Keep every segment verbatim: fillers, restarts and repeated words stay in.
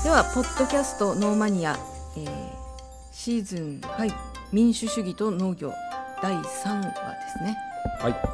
ではポッドキャストノーマニア、えー、シーズンファイブ民主主義と農業だいさんわですね。 はい、 はい、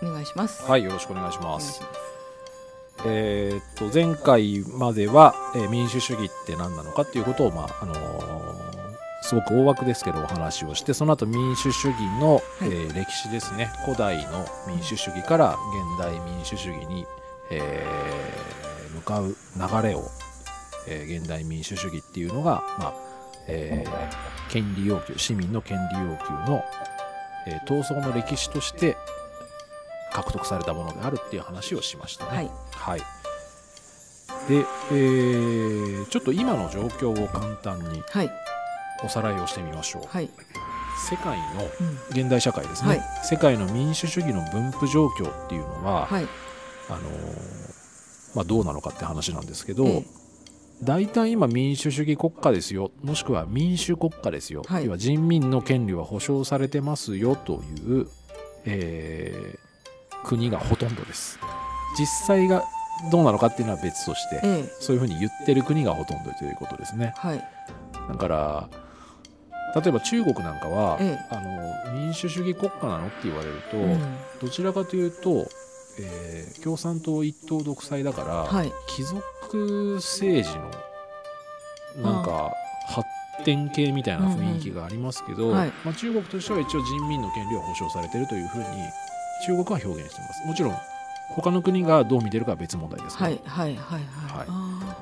お願いします。 はい、よろしくお願いします。えー、っと前回までは、えー、民主主義って何なのかっていうことを、まああのー、すごく大枠ですけどお話をして、その後民主主義の、はいえー、歴史ですね。古代の民主主義から現代民主主義に、えー、向かう流れを、えー、現代民主主義っていうのが、まあえー、権利要求市民の権利要求の、えー、闘争の歴史として獲得されたものであるっていう話をしましたね。 はい、 はい、で、えー、ちょっと今の状況を簡単におさらいをしてみましょう。 はい、 世界の現代社会ですね、うんはい、世界の民主主義の分布状況っていうのは、はいあのーまあ、どうなのかって話なんですけど、ええ、大体今民主主義国家ですよ、もしくは民主国家ですよ、はい、要は人民の権利は保障されてますよという、えー国がほとんどです。実際がどうなのかっていうのは別として、ええ、そういうふうに言ってる国がほとんどということですね、はい、だから例えば中国なんかは、ええ、あの民主主義国家なのって言われると、うん、どちらかというと、えー、共産党一党独裁だから、はい、貴族政治のなんか発展系みたいな雰囲気がありますけど、うんうんはいまあ、中国としては一応人民の権利は保障されているというふうに中国は表現しています。もちろん他の国がどう見てるかは別問題ですから、はいはいはいはい、はい、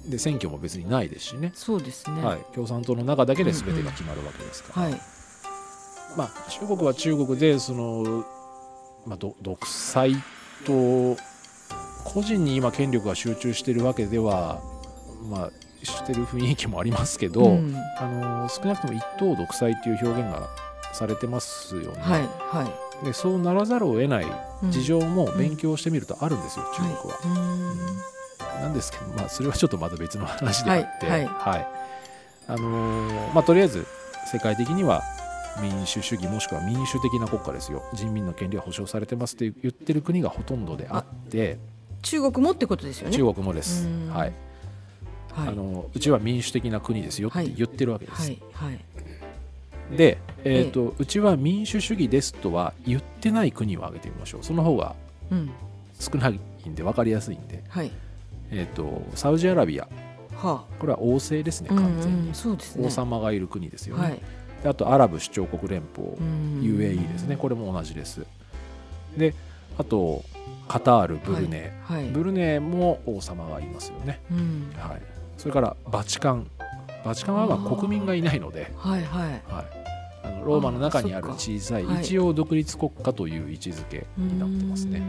で選挙も別にないですしね。 そうですね、 はい、共産党の中だけで全てが決まるわけですから、うんうんはいまあ、中国は中国でその、まあ、独裁と個人に今権力が集中しているわけでは、まあ、してる雰囲気もありますけど、うん、あの少なくとも一党独裁という表現がされてますよね。はいはいでそうならざるを得ない事情も勉強してみるとあるんですよ、うん、中国は、はいうん、なんですけど、まあ、それはちょっとまた別の話であって、はいはいはいあのーまあ、とりあえず世界的には民主主義もしくは民主的な国家ですよ、人民の権利は保障されてますって言ってる国がほとんどであって中国もってことですよね。 中国もです、はいはい、あのうちは民主的な国ですよって言ってるわけです、はいはいはいで、えーとええ、うちは民主主義ですとは言ってない国を挙げてみましょう。その方が少ないんで分かりやすいんで、はいえーと、サウジアラビア、はあ、これは王政ですね、完全に、うんうんそうですね、王様がいる国ですよね、はい、であとアラブ首長国連邦 ユーエーイー ですね、これも同じです。であとカタール、ブルネイ、はいはい、ブルネイも王様がいますよね、うんはい、それからバチカンバチカンはまあ国民がいないので、はいはいはい、あのローマの中にある小さい一応独立国家という位置づけになってますね、はい、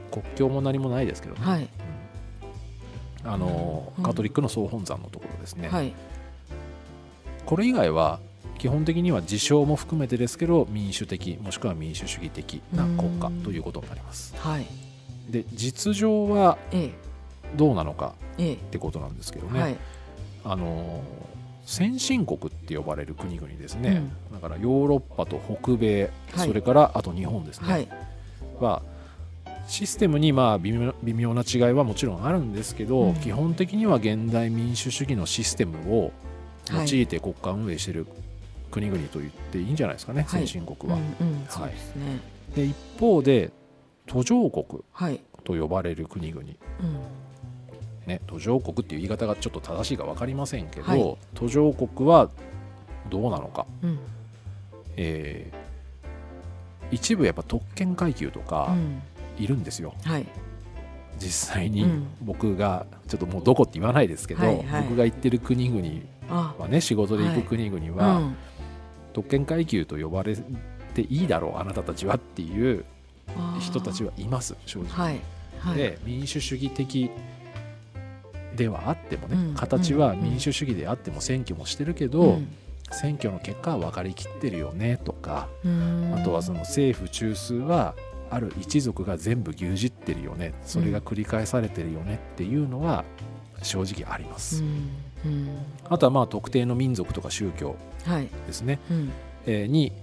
国境も何もないですけどね、はいうん、あのカトリックの総本山のところですね、はい、これ以外は基本的には自称も含めてですけど民主的もしくは民主主義的な国家ということになります、はい、で実情はどうなのかってことなんですけどね、はい、あの先進国って呼ばれる国々ですね、うん、だからヨーロッパと北米、はい、それからあと日本ですね、はい、はシステムにまあ微妙、微妙な違いはもちろんあるんですけど、うん、基本的には現代民主主義のシステムを用いて国家運営している国々と言っていいんじゃないですかね、はい、先進国は、うんうんそうですね、で一方で途上国と呼ばれる国々、はいうんね、途上国っていう言い方がちょっと正しいか分かりませんけど、はい、途上国はどうなのか、うんえー、一部やっぱ特権階級とかいるんですよ、うんはい、実際に僕がちょっともうどこって言わないですけど、はいはい、僕が行ってる国々はね仕事で行く国々は、はいうん、特権階級と呼ばれていいだろうあなたたちはっていう人たちはいます正直、はいはい、で民主主義的ではあってもね、うん、形は民主主義であっても選挙もしてるけど、うん、選挙の結果は分かりきってるよねとか、うん、あとはその政府中枢はある一族が全部牛耳ってるよね、それが繰り返されてるよねっていうのは正直あります、うんうん、あとはまあ特定の民族とか宗教ですね、はいうんえー、に、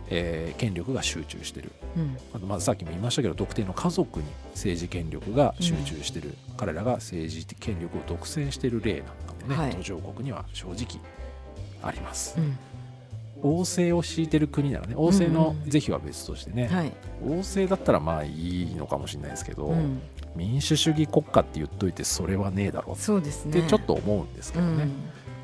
えー、権力が集中してる、 うん、 あとまずさっきも言いましたけど特定の家族に政治権力が集中してる、うん、彼らが政治権力を独占している例なんかもね、はい、途上国には正直あります、うん、王政を敷いてる国ならね王政の是非は別としてね、うんうんはい、王政だったらまあいいのかもしれないですけど、うん、民主主義国家って言っといてそれはねえだろうってちょっと思うんですけどね、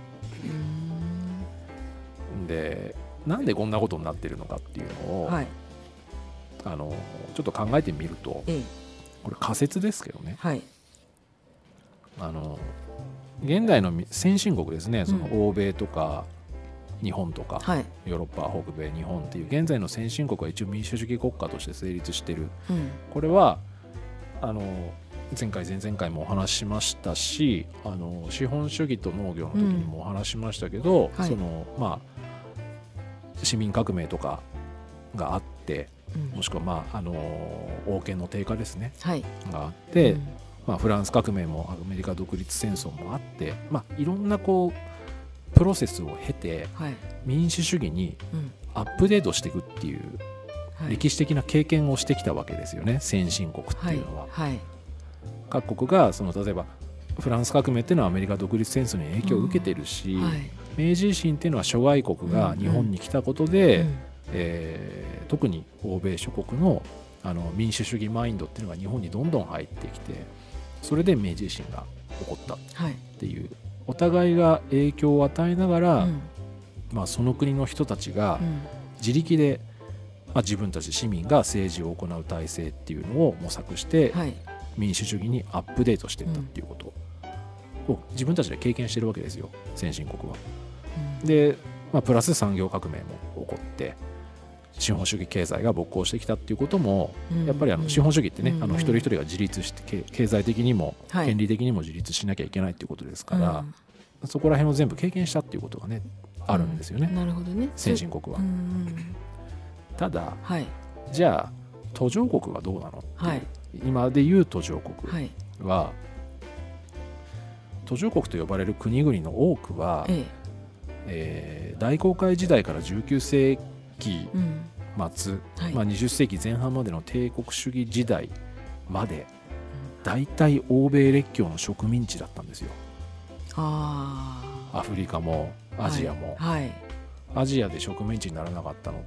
うん、でなんでこんなことになってるのかっていうのを、はい、あのちょっと考えてみると、ええ、これ仮説ですけどね、はい、あの現代の先進国ですね、その欧米とか日本とか、はい、ヨーロッパ北米日本っていう現在の先進国は一応民主主義国家として成立してる、うん、これはあの前回前々回もお話ししましたし、あの資本主義と農業の時にもお話ししましたけど、うんはい、そのまあ市民革命とかがあって、うん、もしくは、まあ、あの王権の低下ですね、はい、があって、うんまあ、フランス革命もアメリカ独立戦争もあって、まあ、いろんなこうプロセスを経て、はい、民主主義にアップデートしていくっていう、うん、歴史的な経験をしてきたわけですよね、先進国っていうのは、はいはい、各国がその例えばフランス革命っていうのはアメリカ独立戦争に影響を受けてるし、うんはい明治維新っていうのは諸外国が日本に来たことで、うんうんえー、特に欧米諸国 の, あの民主主義マインドっていうのが日本にどんどん入ってきてそれで明治維新が起こったっていう、はい、お互いが影響を与えながら、うんまあ、その国の人たちが自力で、まあ、自分たち市民が政治を行う体制っていうのを模索して、はい、民主主義にアップデートしていったっていうことを自分たちで経験してるわけですよ先進国は。で、まあ、プラス産業革命も起こって資本主義経済が勃興してきたっていうことも、うん、やっぱりあの資本主義ってね、うん、あの一人一人が自立して経済的にも権利的にも自立しなきゃいけないっていうことですから、うん、そこら辺を全部経験したっていうことがねあるんですよね、 うん、なるほどね先進国は、うん、ただ、 はい、 じゃあ途上国はどうなのっていう、はい、今でいう途上国は、はい、途上国と呼ばれる国々の多くは、えええー、大航海時代からじゅうきゅうせいき末、うんはいまあ、にじゅっせいきぜん半までの帝国主義時代まで大体欧米列強の植民地だったんですよ。 あアフリカもアジアも、 はいはい、 アジアで植民地にならなかったのって、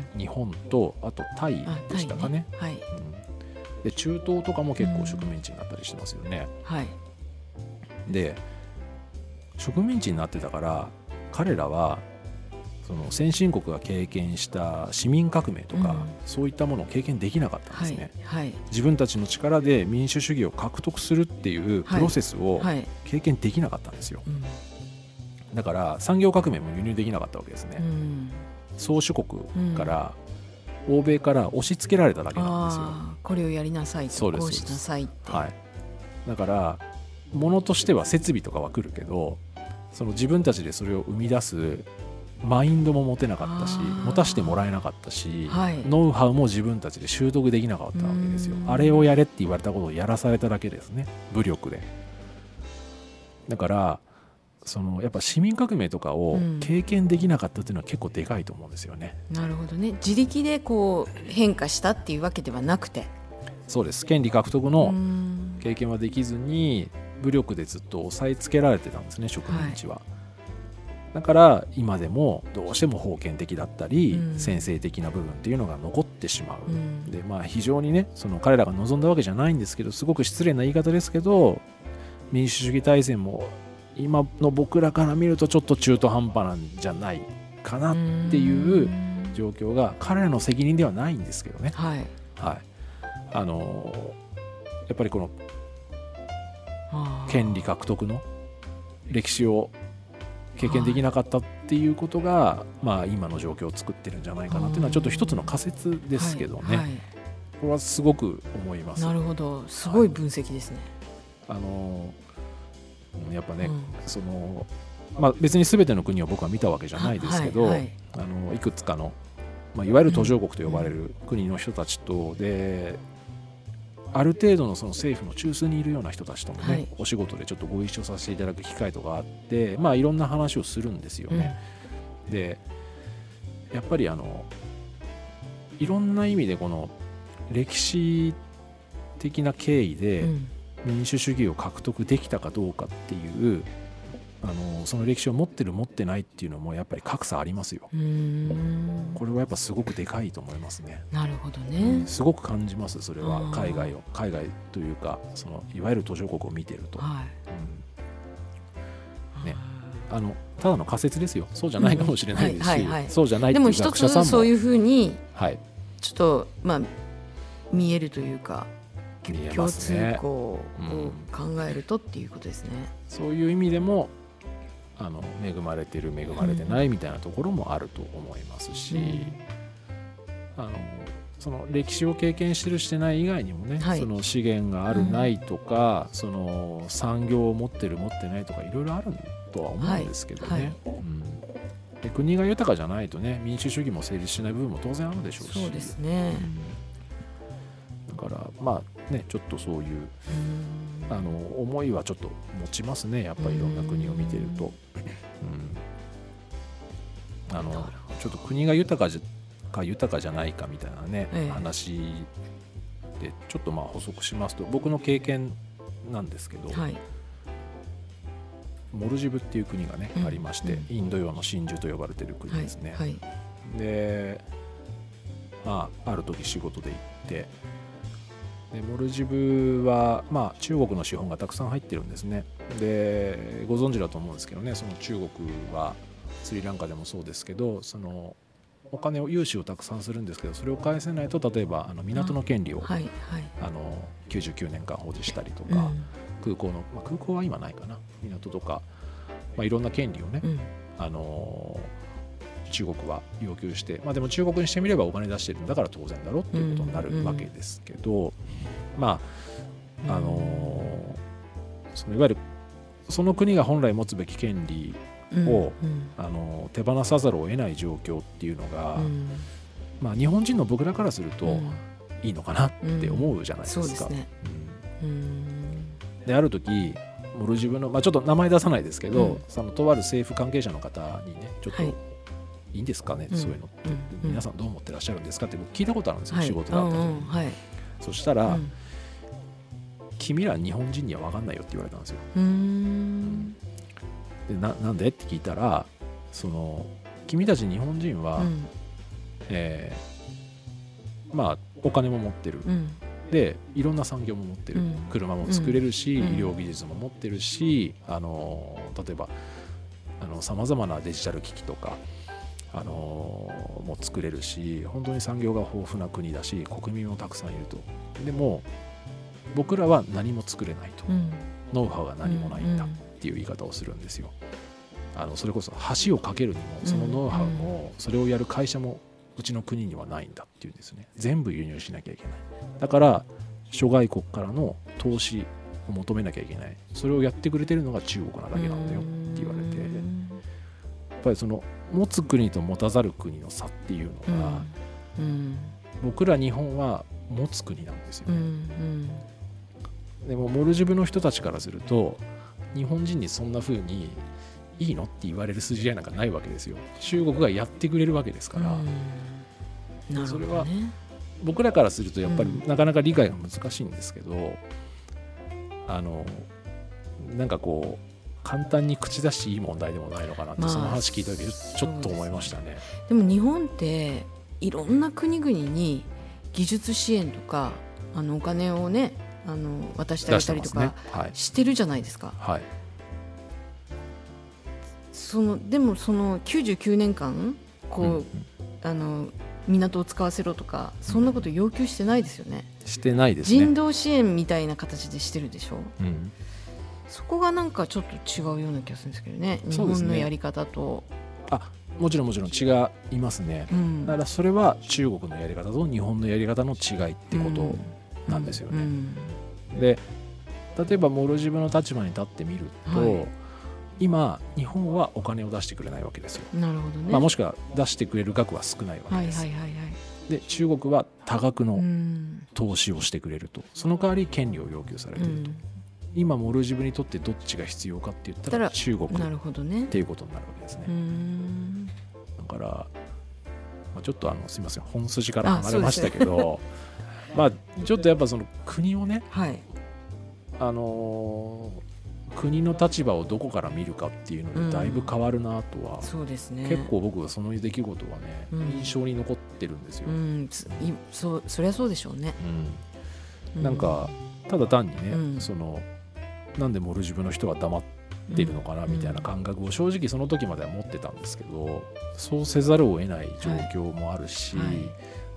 うん、日本とあとタイでしたかね、 はいうん、 で中東とかも結構植民地になったりしてますよね、 うんはい、 で植民地になってたから彼らはその先進国が経験した市民革命とか、うん、そういったものを経験できなかったんですね、 はいはい、 自分たちの力で民主主義を獲得するっていうプロセスを経験できなかったんですよ、はいはい、だから産業革命も輸入できなかったわけですね、うん、宗主国から、うん、欧米から押し付けられただけなんですよ。 あこれをやりなさいとこうしなさいって、 はい、だから物としては設備とかは来るけどその自分たちでそれを生み出すマインドも持てなかったし持たせてもらえなかったし、はい、ノウハウも自分たちで習得できなかったわけですよ。あれをやれって言われたことをやらされただけですね武力で。だからそのやっぱ市民革命とかを経験できなかったっていうのは結構でかいと思うんですよね、 うん、なるほどね。自力でこう変化したっていうわけではなくてそうです。権利獲得の経験はできずに武力でずっと押さえつけられてたんですね植民地は、はい、だから今でもどうしても封建的だったり、うん、先制的な部分っていうのが残ってしまう、うん、でまあ非常にねその彼らが望んだわけじゃないんですけどすごく失礼な言い方ですけど民主主義体制も今の僕らから見るとちょっと中途半端なんじゃないかなっていう状況が彼らの責任ではないんですけどね、 はいはい、あのやっぱりこの権利獲得の歴史を経験できなかったっていうことが、まあ、今の状況を作ってるんじゃないかなっていうのはちょっと一つの仮説ですけどね、はいはい、これはすごく思います。 なるほどすごい分析ですね、 はい、あのやっぱね、うんそのまあ、別に全ての国を僕は見たわけじゃないですけど、はいはい、あのいくつかの、まあ、いわゆる途上国と呼ばれる国の人たちとである程度のその政府の中枢にいるような人たちともね、はい、お仕事でちょっとご一緒させていただく機会とかあって、まあ、いろんな話をするんですよね、うん、でやっぱりあのいろんな意味でこの歴史的な経緯で民主主義を獲得できたかどうかっていう、あのその歴史を持ってる持ってないっていうのもやっぱり格差ありますよ。 うーん、 これはやっぱすごくでかいと思いますね。 なるほどね、 うん、すごく感じます。それは海外を海外というかそのいわゆる途上国を見てると、 はい、 うんね、あのただの仮説ですよ。そうじゃないかもしれないですし、そうじゃないっていう学者さんも、 でも一つそういうふうにはい、 ちょっとまあ見えるというか、 見え共ますね。 通項を考えるとっていうことですね。 うん、そういう意味でもあの恵まれてる恵まれてないみたいなところもあると思いますし、うん、あのその歴史を経験してるしてない以外にもね、はい、その資源があるないとか、うん、その産業を持ってる持ってないとかいろいろあるとは思うんですけどね、はいはい、うん、で国が豊かじゃないとね民主主義も成立しない部分も当然あるでしょうし、 そうですね、 うん、だからまあねちょっとそういう、うん、あの思いはちょっと持ちますね、やっぱりいろんな国を見てると、うん、あのちょっと国が豊かじゃか豊かじゃないかみたいなね、ええ、話でちょっとまあ補足しますと、僕の経験なんですけど、はい、モルジブっていう国がね、うん、ありまして、うん、インド洋の真珠と呼ばれている国ですね、はいはい、で、まあ、ある時仕事で行ってでモルジブは、まあ、中国の資本がたくさん入ってるんですね。でご存知だと思うんですけどね、その中国はスリランカでもそうですけど、そのお金を融資をたくさんするんですけど、それを返せないと例えばあの港の権利を、はいはい、あのきゅうじゅうきゅうねんかん保持したりとか、うん、空港の、まあ、空港は今ないかな、港とか、まあ、いろんな権利をね、うん、あの中国は要求して、まあ、でも中国にしてみればお金出してるんだから当然だろっていうことになるわけですけど、うんうん、まああのそのいわゆるその国が本来持つべき権利を、うんうん、あの手放さざるを得ない状況っていうのが、うん、まあ、日本人の僕らからすると、うん、いいのかなって思うじゃないですか。うん、そうですね、うん、である時モルジブの、まあ、ちょっと名前出さないですけど、うん、そのとある政府関係者の方にねちょっと、はい、いいんですかね、うん、そういうのって、うん、皆さんどう思ってらっしゃるんですかって僕聞いたことあるんですよ、はい、仕事だった時に、うんうん、はい、そしたら、うん、君ら日本人には分かんないよって言われたんですよ。うーんで な, なんでって聞いたら、その君たち日本人は、うん、えー、まあお金も持ってる、うん、でいろんな産業も持ってる、うん、車も作れるし、うん、医療技術も持ってるし、あの例えばさまざまなデジタル機器とか、あのも作れるし、本当に産業が豊富な国だし国民もたくさんいると。でも僕らは何も作れないと、うん、ノウハウが何もないんだっていう言い方をするんですよ。あのそれこそ橋を架けるにもそのノウハウもそれをやる会社もうちの国にはないんだっていうんですね。全部輸入しなきゃいけない。だから諸外国からの投資を求めなきゃいけない。それをやってくれてるのが中国なだけなんだよって言われて、やっぱりその持つ国と持たざる国の差っていうのが、うんうん、僕ら日本は持つ国なんですよね、うんうん、でもモルジブの人たちからすると日本人にそんな風にいいのって言われる筋合いなんかないわけですよ。中国がやってくれるわけですから、うん、なるほどね、それは僕らからするとやっぱりなかなか理解が難しいんですけど、うん、あのなんかこう簡単に口出していい問題でもないのかなって、まあ、その話聞いた時ちょっと思いましたね。 でも日本っていろんな国々に技術支援とかあのお金をねあの渡してあげたりとかしてるじゃないですか、はい、そのでもそのきゅうじゅうきゅうねんかんこう、うんうん、あの港を使わせろとかそんなこと要求してないですよね、 うん、してないですね。 人道支援みたいな形でしてるでしょ、うん、そこがなんかちょっと違うような気がするんですけどね、日本のやり方と。 あ、もちろんもちろん違いますね、うん、だからそれは中国のやり方と日本のやり方の違いってことなんですよね、うんうん、で例えばモルジブの立場に立ってみると、はい、今日本はお金を出してくれないわけですよ。 なるほどね、 まあ、もしくは出してくれる額は少ないわけです、はいはいはいはい、で中国は多額の投資をしてくれると、その代わり権利を要求されていると、うん、今モルジブにとってどっちが必要かって言ったら中国っていうことになるわけですね。うーん、だからまあ、ちょっとあのすみません本筋から離れましたけどまあちょっとやっぱその国をね、 はい、 あのー、国の立場をどこから見るかっていうのでだいぶ変わるなとは、うん、 そうですね、 結構僕はその出来事はね、うん、印象に残ってるんですよ、うん、 そ, そりゃそうでしょうね、 うん、なんかただ単にね、うん、そのなんでモルジブの人は黙ってるのかなみたいな感覚を正直その時までは持ってたんですけど、そうせざるを得ない状況もあるし、はいはい、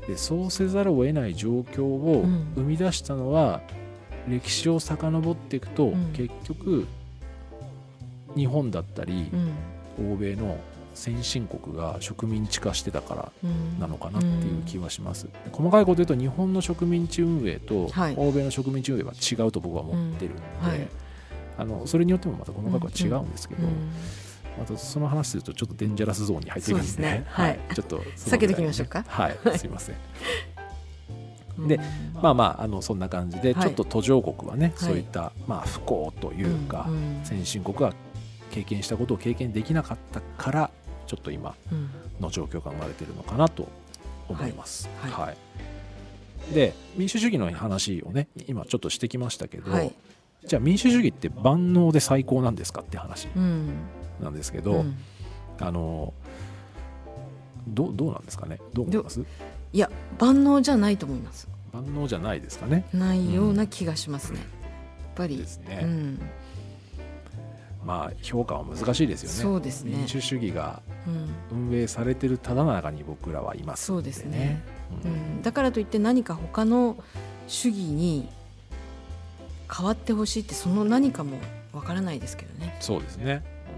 でそうせざるを得ない状況を生み出したのは、うん、歴史を遡っていくと、うん、結局日本だったり、うん、欧米の先進国が植民地化してたからなのかなっていう気はします、うん、細かいこと言うと日本の植民地運営と欧米の植民地運営は違うと僕は思ってるので、うんはい、あのそれによってもまた細かくは違うんですけど、うんうん、またその話するとちょっとデンジャラスゾーンに入っていくんで、 そうですね、はい、 ちょっと避けておきましょうか。 はい、すいませんでまあまあ、あのそんな感じでちょっと途上国はね、はい、そういった、まあ、不幸というか、うんうん、先進国は経験したことを経験できなかったからちょっと今の状況が生まれているのかなと思います、はいはいはい、で民主主義の話をね今ちょっとしてきましたけど、はい、じゃあ民主主義って万能で最高なんですかって話なんですけど、うんうん、あの ど, どうなんですかね、どう思います？ いや万能じゃないと思います。 万能じゃないですかね。 ないような気がしますね、うん、やっぱりですね、 うん、 まあ評価は難しいですよね。 そうですね、 民主主義が運営されてるただ中に僕らはいますので、ね、 そうですね、うんうん、だからといって何か他の主義に変わってほしいってその何かもわからないですけどね。 そうですね、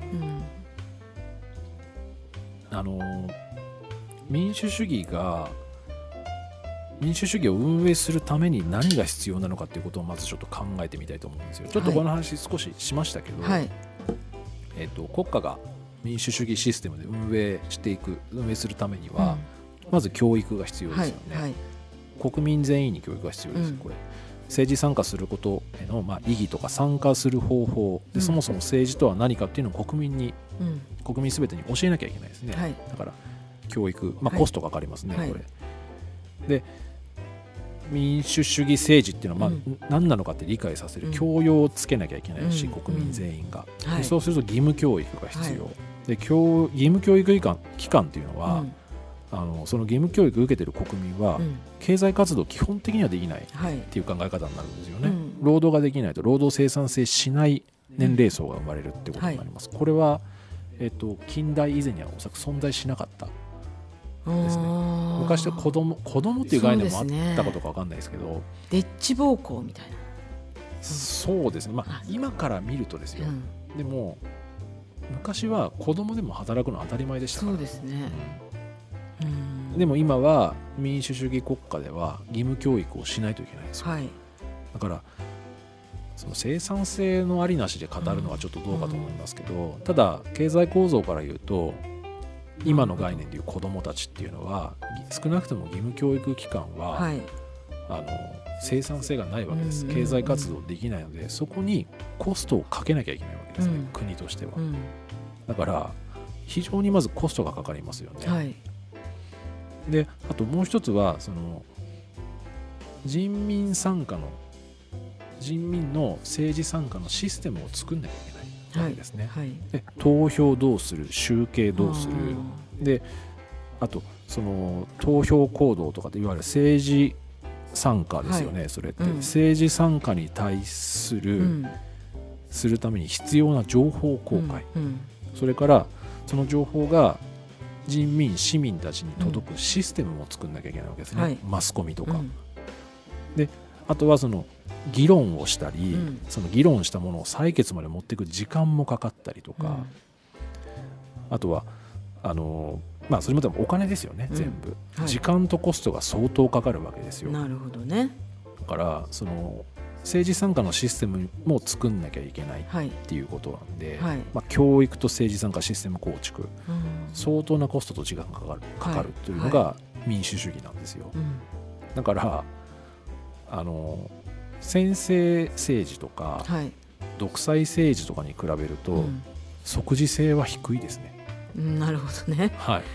うん、あの民主主義が民主主義を運営するために何が必要なのかということをまずちょっと考えてみたいと思うんですよ。ちょっとこの話少ししましたけど、はい、えーと、国家が民主主義システムで運営していく運営するためには、うん、まず教育が必要ですよね、はいはい、国民全員に教育が必要です、うん、これ政治参加することへの、まあ、意義とか参加する方法で、うん、そもそも政治とは何かっていうのを国民に、うん、国民すべてに教えなきゃいけないですね、はい、だから教育、まあ、コストかかりますね、はい、これで民主主義政治っていうのは、まあうん、何なのかって理解させる教養をつけなきゃいけないし、うん、国民全員が、うんはい、そうすると義務教育が必要、はい、で教義務教育機関、機関っていうのは、うん、あのその義務教育を受けている国民は、うん、経済活動基本的にはできないっていう考え方になるんですよね、はい、労働ができないと労働生産性しない年齢層が生まれるってことになります、はい、これは、えっと、近代以前にはおそらく存在しなかったですね、昔は子供子供っていう概念もあったことか分かんないですけど、 デッチ暴行みたいな、 うん、そうですね、まあ、今から見るとですよ、うん、でも昔は子供でも働くのは当たり前でしたから。 そうですね、 うんうん、でも今は民主主義国家では義務教育をしないといけないんですよ、はい、だからその生産性のありなしで語るのはちょっとどうかと思いますけど、うん、ただ経済構造から言うと今の概念でいう子どもたちっていうのは少なくとも義務教育機関は、はい、あの生産性がないわけです、うんうんうん、経済活動できないのでそこにコストをかけなきゃいけないわけですね、うん、国としては、うん、だから非常にまずコストがかかりますよね、はい、であともう一つはその人民参加の人民の政治参加のシステムを作んなきゃいけないわけですね、はいはい、で投票どうする集計どうするであとその投票行動とかっていわゆる政治参加ですよね、はい、それって、うん、政治参加に対する、うん、するために必要な情報公開、うんうん、それからその情報が人民市民たちに届くシステムも作んなきゃいけないわけですね、はい、マスコミとか、うん、であとはその議論をしたり、うん、その議論したものを採決まで持っていく時間もかかったりとか、うん、あとはあの、まあ、それもでもお金ですよね、うん、全部、はい、時間とコストが相当かかるわけですよ。 なるほどね。 だからその政治参加のシステムも作んなきゃいけないっていうことなんで、はいまあ、教育と政治参加システム構築、うん、相当なコストと時間がかかる、かかるというのが民主主義なんですよ、はいはい、だからあの専制政治とか、はい、独裁政治とかに比べると、うん、即時性は低いですね、 うん、なるほどね、 はい、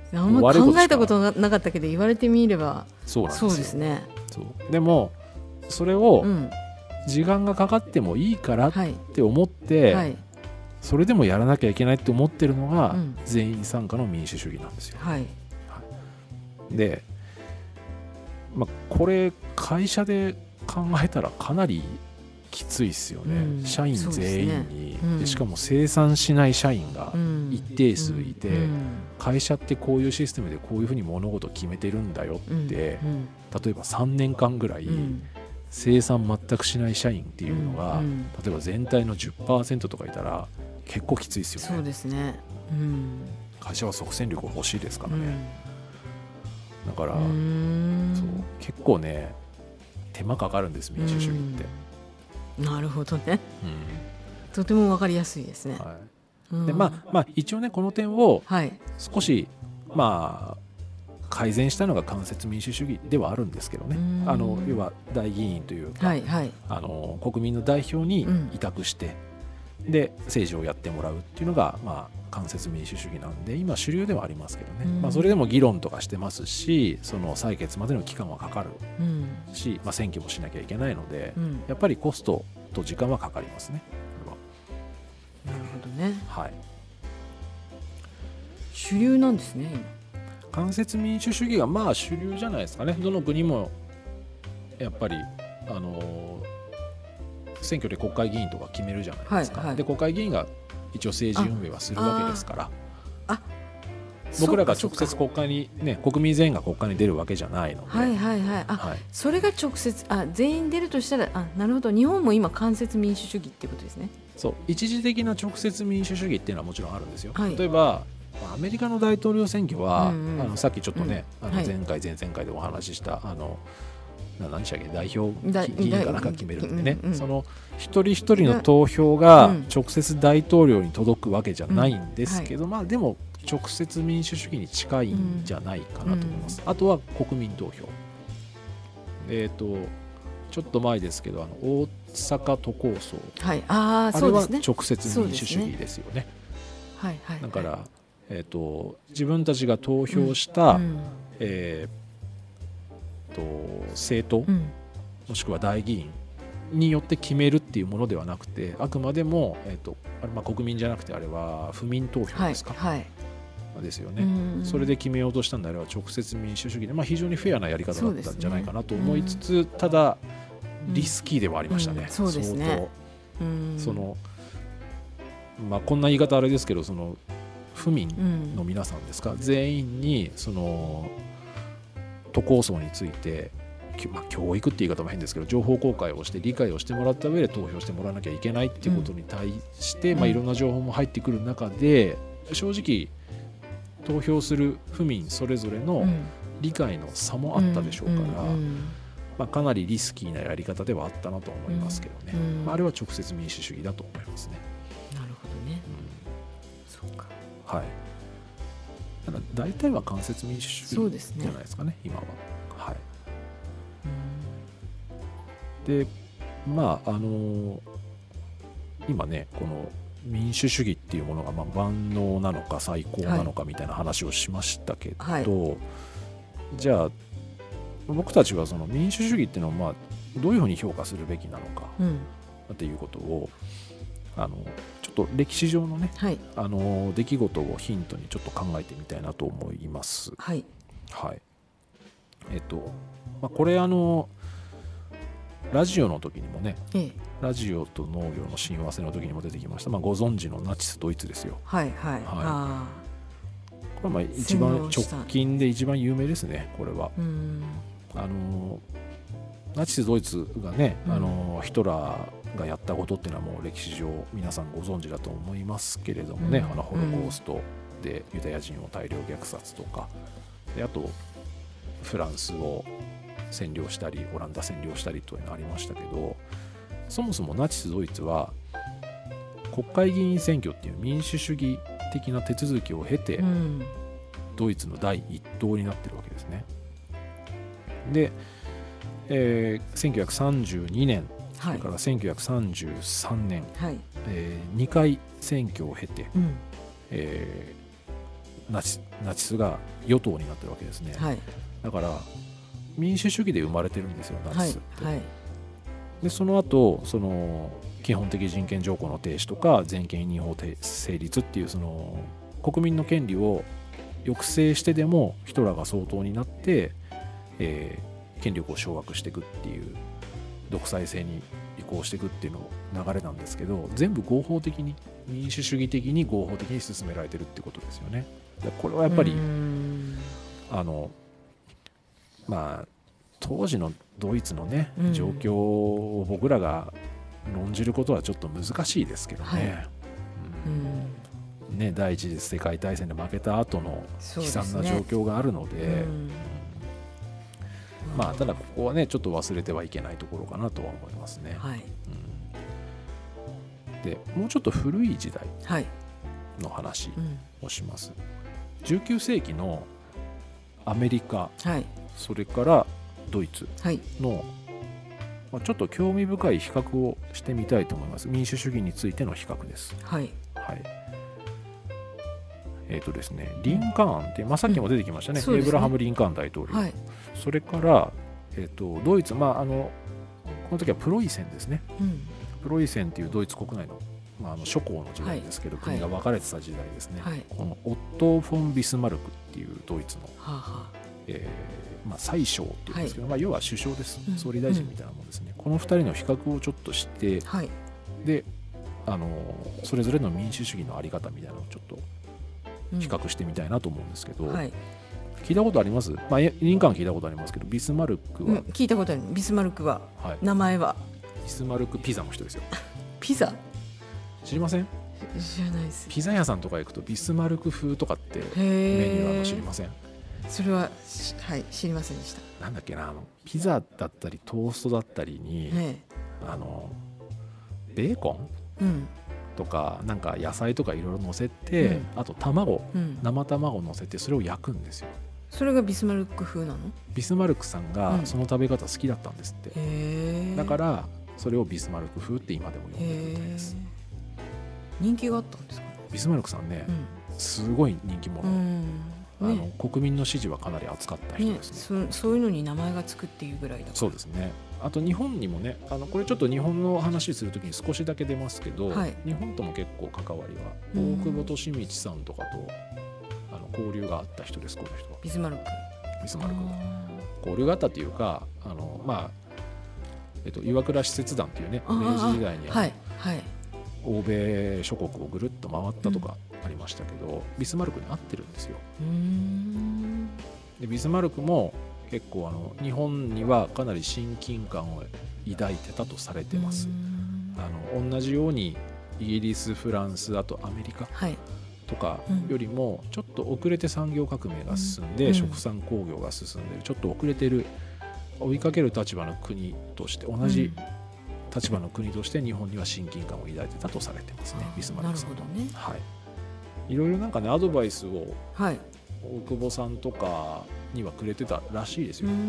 あんま考えたことなかったけど言われてみればそうなんですよ。 そうですね。 そうでもそれを時間がかかってもいいからって思って、はいはい、それでもやらなきゃいけないって思ってるのが、うん、全員参加の民主主義なんですよ。 はいはい、で、まあ、これ会社で考えたらかなりきついですよね、うん、社員全員に、ねうん、でしかも生産しない社員が一定数いて、うんうん、会社ってこういうシステムでこういうふうに物事を決めてるんだよって、うんうん、例えばさんねんかんぐらい生産全くしない社員っていうのが、うんうん、例えば全体の じゅっパーセント とかいたら結構きついですよね。 そうですね、うん、 会社は即戦力欲しいですからね、うん、だからそう結構ね手間かかるんです民主主義って、 うん、なるほどね、うん、とても分かりやすいですね、はい、 でまあ、まあ一応ねこの点を少し、はい、まあ改善したのが間接民主主義ではあるんですけどね、あの要は代議員というか、はいはい、あの国民の代表に委託して、うん、で政治をやってもらうっていうのが、まあ、間接民主主義なんで今主流ではありますけどね、まあ、それでも議論とかしてますしその採決までの期間はかかるし、まあ、選挙もしなきゃいけないので、うん、やっぱりコストと時間はかかりますね。 なるほどね、 はい、 主流なんですね今。 間接民主主義がまあ主流じゃないですかね。どの国もやっぱりあの選挙で国会議員とか決めるじゃないですか、はいはい、で国会議員が一応政治運営はするわけですから、あ僕らが直接国会に、ね、国民全員が国会に出るわけじゃないので、 はいはいはい、あ、はい、それが直接あ全員出るとしたらあなるほど日本も今間接民主主義っていうことですね。 そう一時的な直接民主主義っていうのはもちろんあるんですよ、はい、例えばアメリカの大統領選挙は、うんうん、あのさっきちょっとね、うん、あの前回、はい、前々回でお話ししたあの何でしたっけ代表議員かなんか決めるんでね、うんうん、その一人一人の投票が直接大統領に届くわけじゃないんですけど、うんはい、まあでも直接民主主義に近いんじゃないかなと思います、うん、あとは国民投票えっ、ー、とちょっと前ですけどあの大阪都構想、 はい、あ, あれは直接民主主義ですよね。 はいはい、 だから、えー、と自分たちが投票した、うんうんえー政党、うん、もしくは代議員によって決めるっていうものではなくてあくまでも、えーとあれまあ国民じゃなくてあれは府民投票ですか、はいはい、ですよね。それで決めようとしたんであれは直接民主主義で、まあ、非常にフェアなやり方だったんじゃないかなと思いつつ、ね、ただリスキーではありましたね、うんうん、そうですね相当、うん、そのまあ、こんな言い方あれですけどその府民の皆さんですか、うん、全員にその都構想について、まあ、教育って言い方も変ですけど情報公開をして理解をしてもらった上で投票してもらわなきゃいけないっていうことに対して、うんまあ、いろんな情報も入ってくる中で正直投票する府民それぞれの理解の差もあったでしょうから、うんうんうんまあ、かなりリスキーなやり方ではあったなと思いますけどね、うんうんまあ、あれは直接民主主義だと思いますね。 なるほどね、うん、そうかはいだから大体は間接民主主義じゃないですか ね, ね今は、はい、でまああのー、今ねこの民主主義っていうものがまあ万能なのか最高なのかみたいな話をしましたけど、はいはい、じゃあ僕たちはその民主主義っていうのをまあどういうふうに評価するべきなのか、うん、っていうことをあのちょっと歴史上のね、はい、あの出来事をヒントにちょっと考えてみたいなと思います。 はい。 はい。えっと、まあ、これあのラジオの時にもね、ええ、ラジオと農業の親和性の時にも出てきました。まあ、ご存知のナチスドイツですよ。 はいはい。はい、あこれはまあ一番直近で一番有名ですね。これは。うんあのナチスドイツがね、うん、あのヒトラーがやったことっていうのはもう歴史上皆さんご存知だと思いますけれどもね、うん、あのホロコーストでユダヤ人を大量虐殺とかであとフランスを占領したりオランダ占領したりというのがありましたけどそもそもナチスドイツは国会議員選挙っていう民主主義的な手続きを経て、うん、ドイツの第一党になってるわけですね。でえー、せんきゅうひゃくさんじゅうにねん、はい、それからせんきゅうひゃくさんじゅうさんねん、はいえー、にかい選挙を経て、うんえー、 ナチ、ナチスが与党になってるわけですね、 はい、 だから民主主義で生まれてるんですよナチスって、 はいはい、でその後その基本的人権条項の停止とか全権委任法成立っていうその国民の権利を抑制してでもヒトラーが総統になって、えー、権力を掌握していくっていう独裁制に移行していくっていうの流れなんですけど、全部合法的に民主主義的に合法的に進められてるってことですよね。これはやっぱりあのまあ当時のドイツのね状況を僕らが論じることはちょっと難しいですけどね、はい、うんね、第一次世界大戦で負けた後の悲惨な状況があるので、で、ね、うん、まあただここはねちょっと忘れてはいけないところかなとは思いますね、はい、うん、でもうちょっと古い時代の話をします、はい、うん、じゅうきゅう世紀のアメリカ、はい、それからドイツの、はい、まあ、ちょっと興味深い比較をしてみたいと思います。民主主義についての比較です。はい、はい、えーとですね、リンカーンって、まあ、さっきも出てきましたね、うん、エイブラハム・リンカーン大統領、はい、それから、えーと、ドイツ、まあ、あのこの時はプロイセンですね、うん、プロイセンっていうドイツ国内の、まあ、あの諸侯の時代ですけど、はい、国が分かれてた時代ですね、はい、このオットー・フォン・ビスマルクっていうドイツの、はあはあ、えーまあ、宰相っていうんですけど、はい、まあ、要は首相です、うん、総理大臣みたいなものですね、うん、このふたりの比較をちょっとして、はい、であのそれぞれの民主主義の在り方みたいなのをちょっと比較してみたいなと思うんですけど、うん、はい、聞いたことあります？まあ、リンカーン聞いたことありますけど、ビスマルクは、うん、 聞いたことある。ビスマルクは、はい、名前はビスマルクピザの人ですよ。 ピザ知りません？ 知らないです。 ピザ屋さんとか行くとビスマルク風とかってメニューあるの知りません？ それは、はい、知りませんでした。 なんだっけな、あのピザだったりトーストだったりに、あのベーコン、うん、とかなんか野菜とかいろいろ乗せて、うん、あと卵、うん、生卵乗せてそれを焼くんですよ。 それがビスマルク風なの？ビスマルクさんがその食べ方好きだったんですって、うん、だからそれをビスマルク風って今でも呼んでるみたいです。 人気があったんですかね？ ビスマルクさんね、うん、すごい人気者、うん、あのね、国民の支持はかなり厚かった人ですね。 ね、そ、そういうのに名前がつくっていうぐらいだから。 そうですね。あと日本にもね、あのこれちょっと日本の話するときに少しだけ出ますけど、はい、日本とも結構関わりは、大久保利通さんとかとあの交流があった人です。この人はビスマルクビスマルク交流があったというか、あの、まあえっと、岩倉使節団というね、明治時代にあの、はいはい、欧米諸国をぐるっと回ったとかありましたけど、うん、ビスマルクに合ってるんですよ。うーんでビスマルクも結構あの日本にはかなり親近感を抱いてたとされてます。あの同じようにイギリス、フランス、あとアメリカとかよりもちょっと遅れて産業革命が進んで、うん、食産工業が進んでちょっと遅れてる追いかける立場の国として同じ立場の国として日本には親近感を抱いてたとされてますね、ビスマルクさんは。なるほどね。はい、いろいろなんかねアドバイスを、はい、大久保さんとかにはくれてたらしいですよ。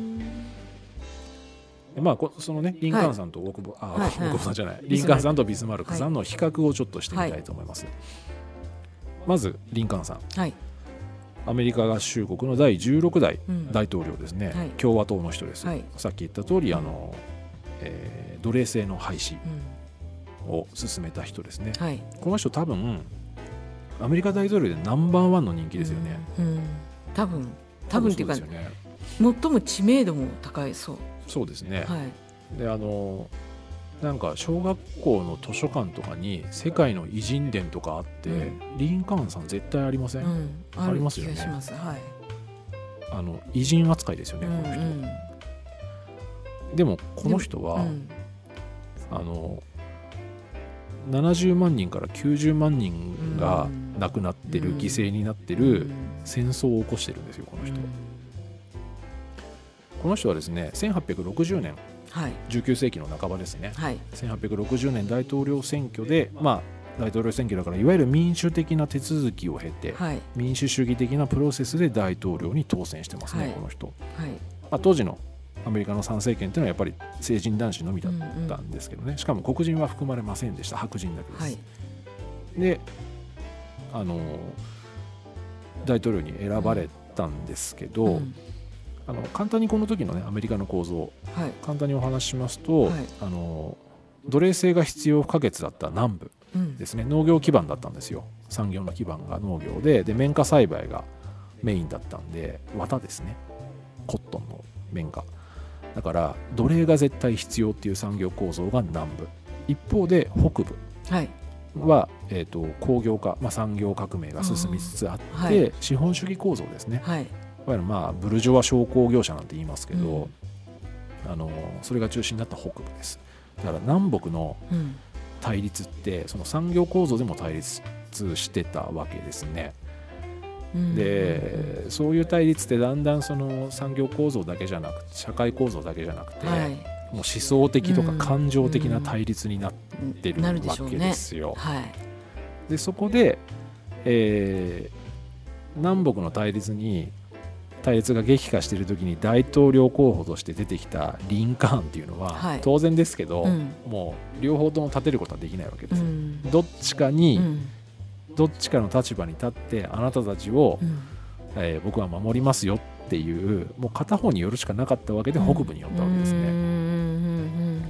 でまあ、そのねリンカーンさんと大久保、はい、あ、はい、大久保さんじゃない、リンカーンさんとビスマルクさんの比較をちょっとしてみたいと思います。はい、まずリンカーンさん、はい、アメリカ合衆国のだいじゅうろく代大統領ですね、うん、はい、共和党の人です、はい、さっき言った通りあの、えー、奴隷制の廃止を進めた人ですね、はい、この人多分アメリカ大統領でナンバーワンの人気ですよね、うんうん、 多分多分っていうか、ね、最も知名度も高い。そうそうですね、はい、であのなんか小学校の図書館とかに世界の偉人伝とかあって、うん、リンカーンさん絶対ありません？うん、ありますよね。ある気がします、はい、あの偉人扱いですよね、この人、うんうん、でもこの人は、うん、あのななじゅうまんにんからきゅうじゅうまんにんが亡くなってる、うん、犠牲になってる戦争を起こしてるんですよ、この人、うん、この人はですねせんはっぴゃくろくじゅうねん、はい、じゅうきゅう世紀の半ばですね、はい、せんはっぴゃくろくじゅうねん大統領選挙で、まあ、大統領選挙だからいわゆる民主的な手続きを経て、はい、民主主義的なプロセスで大統領に当選してますね、はい、この人、はい、まあ、当時のアメリカの参政権というのはやっぱり成人男子のみだったんですけどね、うんうん、しかも黒人は含まれませんでした。白人だけです、はい、であの大統領に選ばれたんですけど、うん、あの簡単にこの時のねアメリカの構造、はい、簡単にお話ししますと、はい、あの奴隷制が必要不可欠だった南部ですね、うん、農業基盤だったんですよ。産業の基盤が農業で、で綿花栽培がメインだったんで、綿ですね、コットンの綿花だから奴隷が絶対必要っていう産業構造が南部。一方で北部は、はいえー、と工業化、まあ、産業革命が進みつつあって、はい、資本主義構造ですね、はい、いわゆるまあブルジョワ商工業者なんて言いますけど、うん、あのそれが中心になった北部です。だから南北の対立って、うん、その産業構造でも対立してたわけですね。うん、でそういう対立ってだんだんその産業構造だけじゃなくて社会構造だけじゃなくて、はい、もう思想的とか感情的な対立になってるわけですよ。でそこで、えー、南北の対立に対立が激化している時に大統領候補として出てきたリンカーンっていうのは、はい、当然ですけど、うん、もう両方とも立てることはできないわけです、うん、どっちかに、うん、どっちかの立場に立ってあなたたちを、うんえー、僕は守りますよっていうもう片方によるしかなかったわけで北部に寄ったわけですね、うん、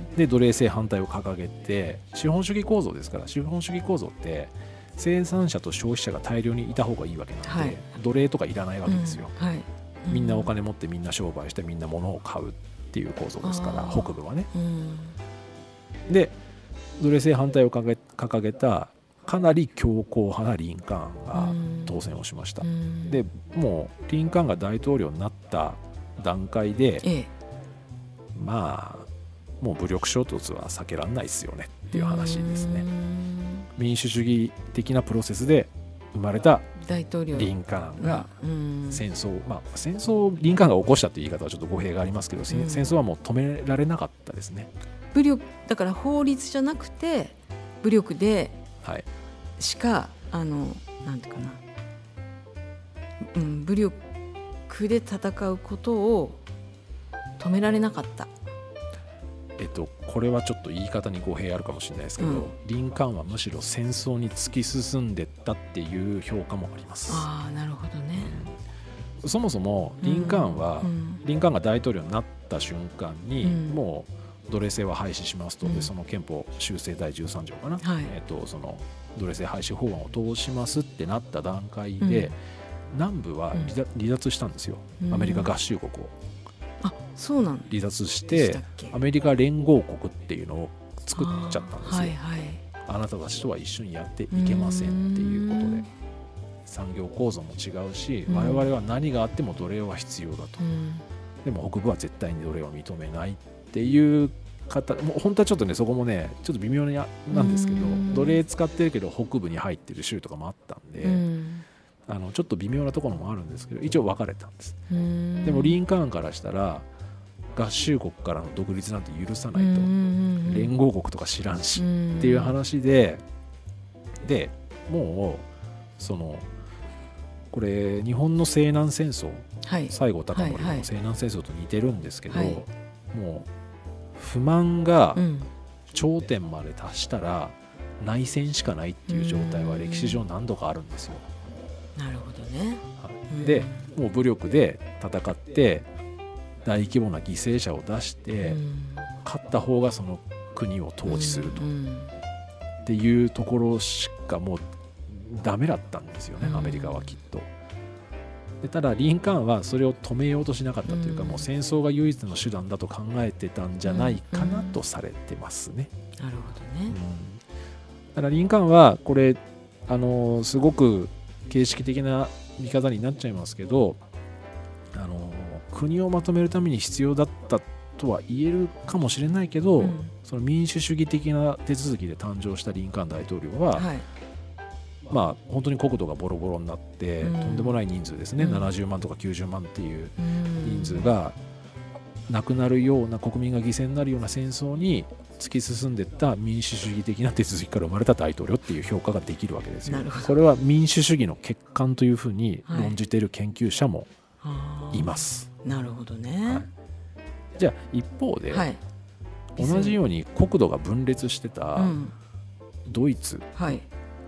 で奴隷制反対を掲げて資本主義構造ですから資本主義構造って生産者と消費者が大量にいた方がいいわけなので、はい、奴隷とかいらないわけですよ、うんはい、みんなお金持ってみんな商売してみんな物を買うっていう構造ですから北部はね、うん、で奴隷制反対を掲げ、掲げたかなり強硬派なリンカーンが当選をしました、うん、でもうリンカーンが大統領になった段階で、ええ、まあもう武力衝突は避けられないですよねっていう話ですね。民主主義的なプロセスで生まれた大統領リンカーンが戦争、まあ戦争をリンカーンが起こしたという言い方はちょっと語弊がありますけど、戦争はもう止められなかったですね。 武力だから法律じゃなくて武力でしか、はい、あのなんていうかな、うん、武力で戦うことを止められなかった。 えっと、これはちょっと言い方に語弊あるかもしれないですけど、うん、リンカーンはむしろ戦争に突き進んでったっていう評価もあります。 ああ、なるほどね、 うん、そもそもリンカーンは、うん、リンカーンが大統領になった瞬間に、うん、もう奴隷制は廃止しますと、うん、でその憲法修正だいじゅうさん条かな、はい、えっと、その奴隷制廃止法案を通しますってなった段階で、うん、南部は 離, 離脱したんですよ、アメリカ合衆国を。 あ、そうなん離脱してアメリカ連合国っていうのを作っちゃったんですよ、はいはい、あなたたちとは一緒にやっていけませんっていうことで、産業構造も違うし、我々は何があっても奴隷は必要だと、でも北部は絶対に奴隷を認めないっていう方、もう本当はちょっとねそこもねちょっと微妙なんですけど、奴隷使ってるけど北部に入ってる州とかもあったんで、あのちょっと微妙なところもあるんですけど一応分かれたんです。でもリンカーンからしたら合衆国からの独立なんて許さないと、連合国とか知らんしっていう話で、でもうそのこれ日本の西南戦争、はい、西郷隆盛の西南戦争と似てるんですけど、はいはい、もう不満が頂点まで達したら内戦しかないっていう状態は歴史上何度かあるんですよ。 なるほどね、 はい、でもう武力で戦って大規模な犠牲者を出して勝った方がその国を統治するとっていうところしかもうダメだったんですよね、アメリカはきっと。でただリンカーンはそれを止めようとしなかったというか、もう戦争が唯一の手段だと考えてたんじゃないかなとされてますね。 なるほどね、うん、 だからリンカーンはこれあのすごく形式的な見方になっちゃいますけど、あの国をまとめるために必要だったとは言えるかもしれないけど、うん、その民主主義的な手続きで誕生したリンカーン大統領は、はい、まあ本当に国土がボロボロになって、うん、とんでもない人数ですね、うん、ななじゅうまんとかきゅうじゅうまんっていう人数が亡くなるような、国民が犠牲になるような戦争に突き進んでいった民主主義的な手続きから生まれた大統領っていう評価ができるわけですよ。これは民主主義の欠陥というふうに論じている研究者もいます、 はい、なるほどね、はい、 じゃあ一方で、はい、同じように国土が分裂してたドイツ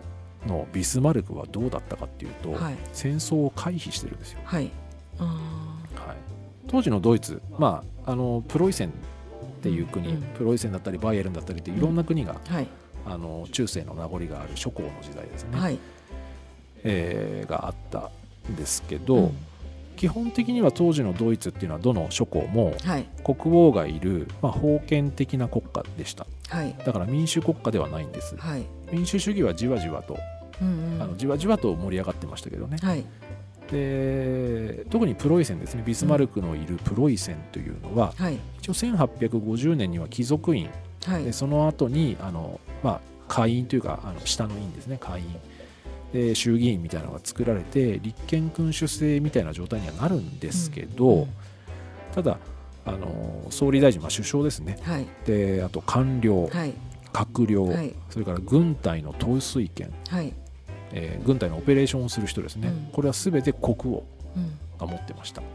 のビスマルクはどうだったかっていうと、はい、戦争を回避してるんですよ。 はいあはい、 当時のドイツ、まあ、あのプロイセンっていう国、うんうん、プロイセンだったりバイエルンだったりっていろんな国が、うんはい、あの中世の名残がある諸侯の時代ですね、はいえー、があったんですけど、うん、基本的には当時のドイツっていうのはどの諸侯も国王がいる、まあ、封建的な国家でした、はい、だから民主国家ではないんです、はい、民主主義はじわじわと、うんうん、あのじわじわと盛り上がってましたけどね、はい、で特にプロイセンですね、ビスマルクのいるプロイセンというのは、うんはい、一応せんはっぴゃくごじゅうねんには貴族院、はい、でその後にあの、まあ、下院というかあの下の院ですね、下院で衆議院みたいなのが作られて立憲君主制みたいな状態にはなるんですけど、うんうん、ただあの総理大臣、まあ、首相ですね、はい、であと官僚、はい、閣僚、はい、それから軍隊の統帥権、はいえー、軍隊のオペレーションをする人ですね、うん、これは全て国王が持ってました、うん、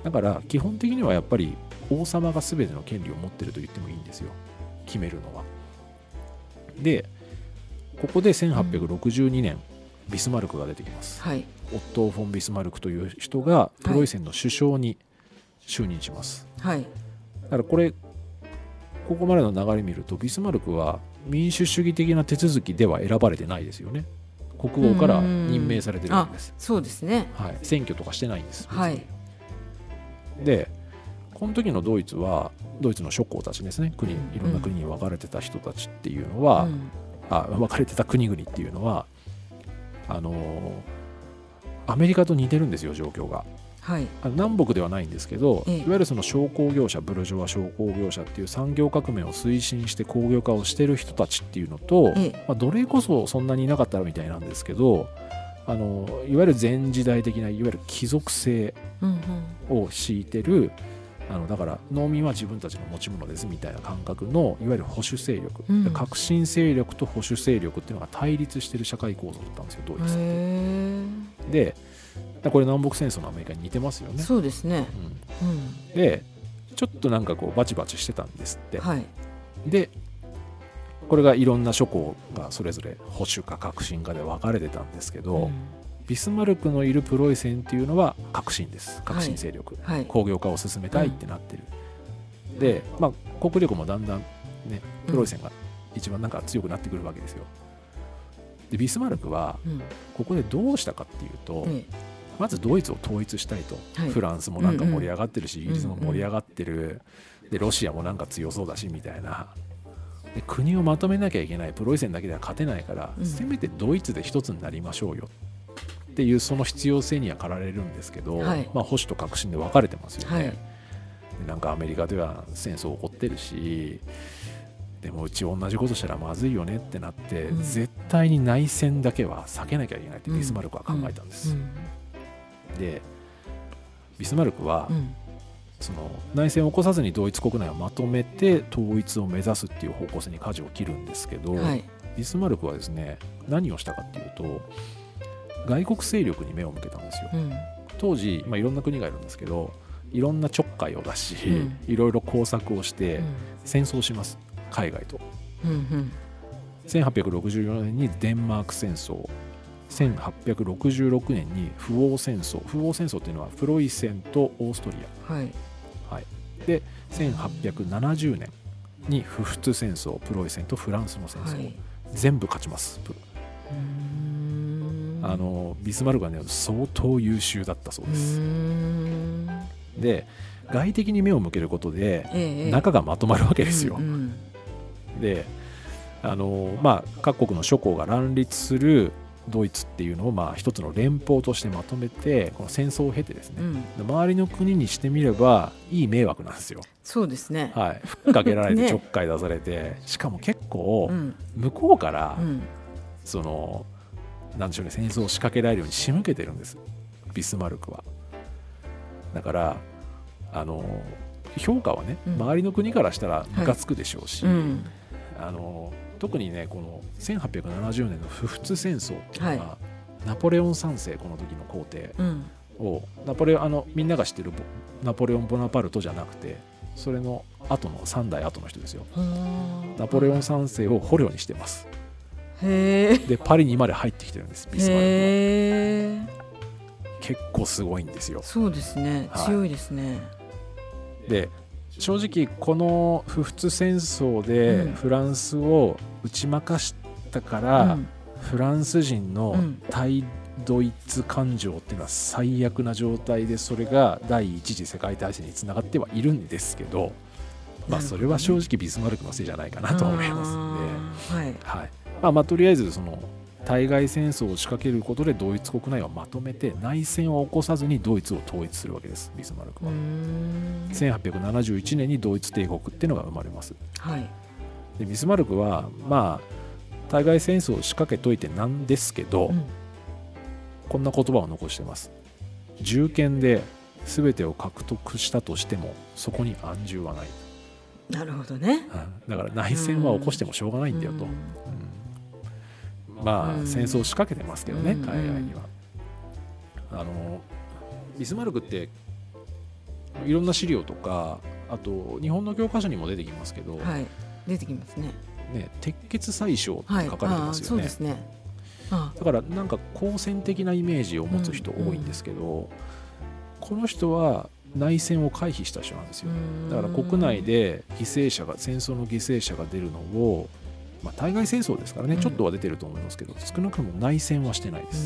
だから基本的にはやっぱり王様が全ての権利を持っていると言ってもいいんですよ、決めるのは。でここでせんはっぴゃくろくじゅうにねん、うん、ビスマルクが出てきます、はい、オットー・フォン・ビスマルクという人がプロイセンの首相に就任します、はい、だからこれここまでの流れ見るとビスマルクは民主主義的な手続きでは選ばれてないですよね。国王から任命されてるんです。 そうですね、 はい、選挙とかしてないんです、はい、でこの時のドイツはドイツの諸侯たちですね、国いろんな国に分かれてた人たちっていうのは、うんあ分かれてた国々っていうのはあのー、アメリカと似てるんですよ、状況が、はい、南北ではないんですけど、ええ、いわゆるその商工業者、ブルジョワ商工業者っていう産業革命を推進して工業化をしてる人たちっていうのと、ええまあ、奴隷こそそんなにいなかったみたいなんですけど、あのいわゆる前時代的ないわゆる貴族性を敷いてる、あのだから農民は自分たちの持ち物ですみたいな感覚のいわゆる保守勢力、うん、革新勢力と保守勢力っていうのが対立している社会構造だったんですよ、ドイツって。でこれ南北戦争のアメリカに似てますよね。 そうですね、 うんうん、でちょっとなんかこうバチバチしてたんですって、はい、でこれがいろんな諸侯がそれぞれ保守か革新かで分かれてたんですけど、うんビスマルクのいるプロイセンっていうのは革新です、革新勢力、はいはい、工業化を進めたいってなってる、うん、で、まあ、国力もだんだんねプロイセンが一番なんか強くなってくるわけですよ。でビスマルクはここでどうしたかっていうと、うん、まずドイツを統一したいと、はい、フランスもなんか盛り上がってるし、うんうん、イギリスも盛り上がってる、でロシアもなんか強そうだしみたいな、で国をまとめなきゃいけない、プロイセンだけでは勝てないから、うん、せめてドイツで一つになりましょうよっていうその必要性には駆られるんですけど、はいまあ、保守と革新で分かれてますよね、はい、でなんかアメリカでは戦争起こってるし、でもうち同じことしたらまずいよねってなって、うん、絶対に内戦だけは避けなきゃいけないってビスマルクは考えたんです、うんうん、でビスマルクは、うん、その内戦を起こさずにドイツ国内をまとめて統一を目指すっていう方向性に舵を切るんですけど、はい、ビスマルクはですね何をしたかっていうと外国勢力に目を向けたんですよ、うん、当時、まあ、いろんな国がいるんですけどいろんなちょっかいを出し、うん、いろいろ工作をして戦争します、海外と、うんうん、せんはっぴゃくろくじゅうよねんにデンマーク戦争、せんはっぴゃくろくじゅうろくねんに不王戦争、不王戦争っていうのはプロイセンとオーストリア、はいはい、でせんはっぴゃくななじゅうねんに不仏戦争、プロイセンとフランスの戦争、はい、全部勝ちます。あのビスマルクはね相当優秀だったそうです。で外敵に目を向けることで、ええ、中がまとまるわけですよ、うんうん、であの、まあ、各国の諸侯が乱立するドイツっていうのをまあ一つの連邦としてまとめてこの戦争を経てですね、うん、周りの国にしてみればいい迷惑なんですよ。 そうですね、 はい、ふっかけられてちょっかい出されて、ね、しかも結構向こうから、うん、そのなんでしょうね、戦争を仕掛けられるように仕向けてるんですビスマルクは。だからあの評価はね、うん、周りの国からしたらムカつくでしょうし、はいうん、あの特にねこのせんはっぴゃくななじゅうねんの不仏戦争っていうのは、はい、ナポレオンさんせい、この時の皇帝を、うん、ナポレオンあのみんなが知ってるナポレオン・ボナパルトじゃなくてそれの後のさんだい後の人ですよ。ナポレオンさんせいを捕虜にしてます。 へでパリにまで入ってきてるんです、ビスマルクは。 へ結構すごいんですよ。 そうですね、はい、強いですね。 で正直この不仏戦争でフランスを打ち負かしたから、うん、フランス人の対ドイツ感情っていうのは最悪な状態で、それが第一次世界大戦につながってはいるんですけど、まあ、それは正直ビスマルクのせいじゃないかなと思いますので、はいはいまあ、まあとりあえずその対外戦争を仕掛けることでドイツ国内をまとめて内戦を起こさずにドイツを統一するわけです、ビスマルクは。せんはっぴゃくななじゅういちねんにドイツ帝国っていうのが生まれます、はい、でビスマルクはまあ対外戦争を仕掛けといてなんですけど、うん、こんな言葉を残してます。銃剣で全てを獲得したとしてもそこに安住はない。 なるほどね、 うん、だから内戦は起こしてもしょうがないんだよと、うんうん、まあ、うん、戦争を仕掛けてますけどね、海外には。あのビスマルクっていろんな資料とか、あと日本の教科書にも出てきますけど、 はい、出てきますね。 ね、鉄血宰相って書かれてますよね、はい、そうですね。ああだからなんか好戦的なイメージを持つ人多いんですけど、うんうん、この人は内戦を回避した人なんですよ。だから国内で犠牲者が戦争の犠牲者が出るのを、まあ、対外戦争ですからね、うん、ちょっとは出てると思いますけど、少なくとも内戦はしてないです。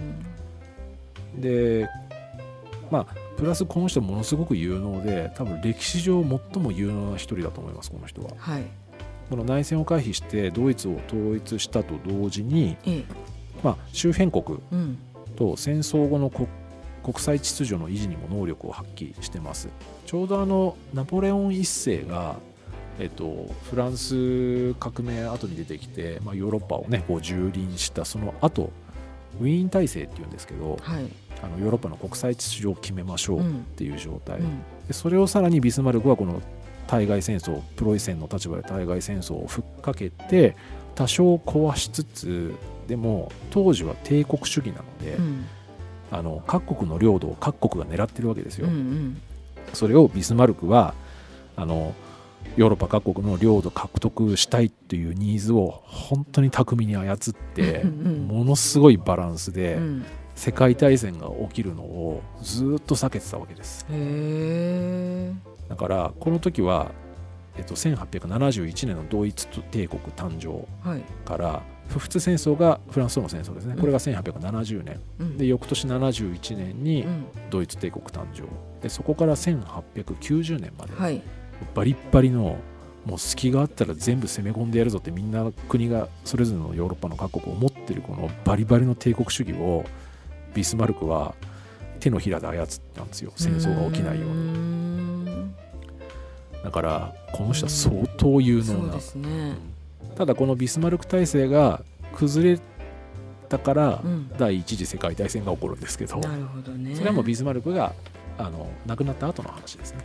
でまあプラスこの人ものすごく有能で、多分歴史上最も有能な一人だと思います、この人は。はい、この内戦を回避してドイツを統一したと同時に、ええまあ、周辺国と戦争後の 国, 国際秩序の維持にも能力を発揮してます。ちょうどあのナポレオン一世が、えっと、フランス革命後に出てきて、まあ、ヨーロッパを、ね、こう蹂躙したその後ウィーン体制っていうんですけど、はい、あのヨーロッパの国際秩序を決めましょうっていう状態、うんうん、でそれをさらにビスマルクはこの対外戦争、プロイセンの立場で対外戦争をふっかけて多少壊しつつ、でも当時は帝国主義なので、うん、あの各国の領土を各国が狙ってるわけですよ、うんうん、それをビスマルクはあのヨーロッパ各国の領土獲得したいというニーズを本当に巧みに操ってものすごいバランスで世界大戦が起きるのをずっと避けてたわけです。へー。だからこの時は、えっと、せんはっぴゃくななじゅういちねんのドイツ帝国誕生から、はい、不仏戦争がフランスとの戦争ですね、これがせんはっぴゃくななじゅうねん、うん、で翌年ななじゅういちねんにドイツ帝国誕生で、そこからせんはっぴゃくきゅうじゅうねんまで、はい、バリッバリのもう隙があったら全部攻め込んでやるぞってみんな国がそれぞれのヨーロッパの各国を持ってるこのバリバリの帝国主義をビスマルクは手のひらで操ったんですよ、戦争が起きないように。だからこの人は相当有能な、そうですね、うん、ただこのビスマルク体制が崩れたから、うん、第一次世界大戦が起こるんですけど、なるほどね、それはもうビスマルクがあの亡くなった後の話ですね。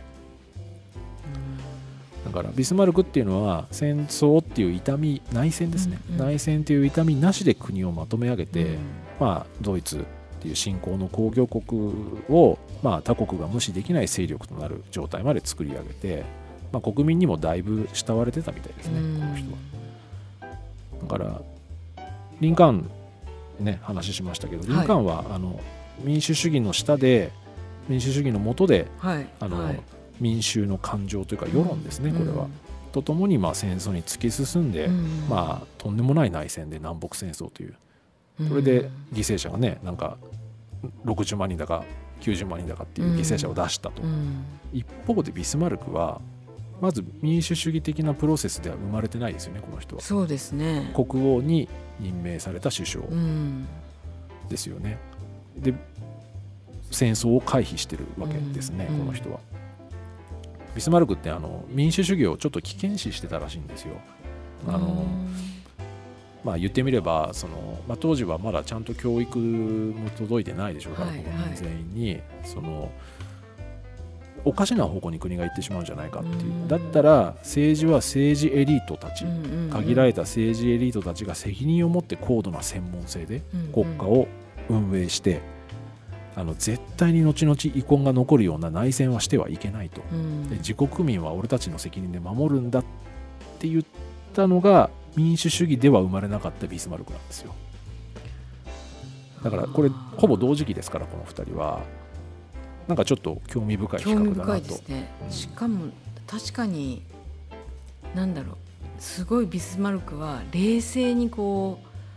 だからビスマルクっていうのは戦争っていう痛み、内戦ですね、うんうん、内戦っていう痛みなしで国をまとめ上げて、うん、まあドイツっていう新興の工業国を、まあ、他国が無視できない勢力となる状態まで作り上げて、まあ、国民にもだいぶ慕われてたみたいですね、この人は。だからリンカーンね話しましたけど、リンカーンは、はい、あの民主主義の下で民主主義の下で、はい、あのはい、民衆の感情というか世論ですね、うん、これは、うん、とともにまあ戦争に突き進んで、うん、まあとんでもない内戦で南北戦争という、それで犠牲者がねなんかろくじゅうまんにんだかきゅうじゅうまんにんだかっていう犠牲者を出したと、うん、一方でビスマルクはまず民主主義的なプロセスでは生まれてないですよね、この人は。そうですね、国王に任命された首相ですよね、うん、で戦争を回避してるわけですね、うん、この人は。ビスマルクってあの民主主義をちょっと危険視してたらしいんですよ。あの、まあ、言ってみればその、まあ、当時はまだちゃんと教育も届いてないでしょうから、はいはい、国民全員にそのおかしな方向に国が行ってしまうんじゃないかっていう、だったら政治は政治エリートたち、限られた政治エリートたちが責任を持って高度な専門性で国家を運営して、あの絶対に後々遺恨が残るような内戦はしてはいけないと、で自国民は俺たちの責任で守るんだって言ったのが民主主義では生まれなかったビスマルクなんですよ。だからこれほぼ同時期ですから、このふたりはなんかちょっと興味深い比較だなと。興味深いですね、 うん、しかも確かになんだろう、すごいビスマルクは冷静にこ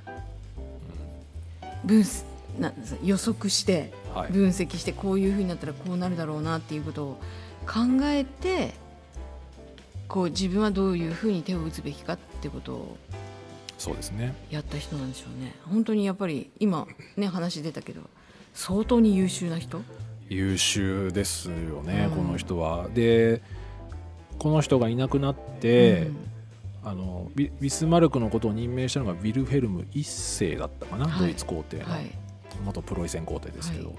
う分な予測して分析して、こういう風になったらこうなるだろうなっていうことを考えて、こう自分はどういう風に手を打つべきかってことをそうですねやった人なんでしょうね。本当にやっぱり今ね話出たけど相当に優秀な人優秀ですよね、うん、この人は。でこの人がいなくなって、うん、あの ビ, ビスマルクのことを任命したのがヴィルヘルム一世だったかな、はい、ドイツ皇帝の、はい、元プロイセン皇帝ですけど、はい、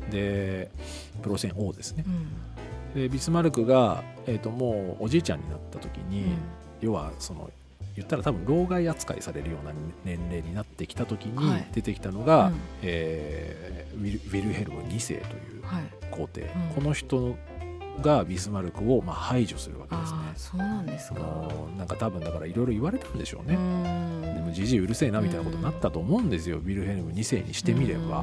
でプロイセン王ですね、うん、でビスマルクが、えーと、もうおじいちゃんになった時に、うん、要はその言ったら多分老害扱いされるような年齢になってきた時に出てきたのが、はい、うんえー、ウィル、ウィルヘルムに世という皇帝、はいうん、この人がビスマルクをまあ排除するわけですね。 あ、そうなんですか。 なんか多分だからいろいろ言われたんでしょうね。うんでもじじいうるせえなみたいなことになったと思うんですよ、ウィルヘルムに世にしてみれば。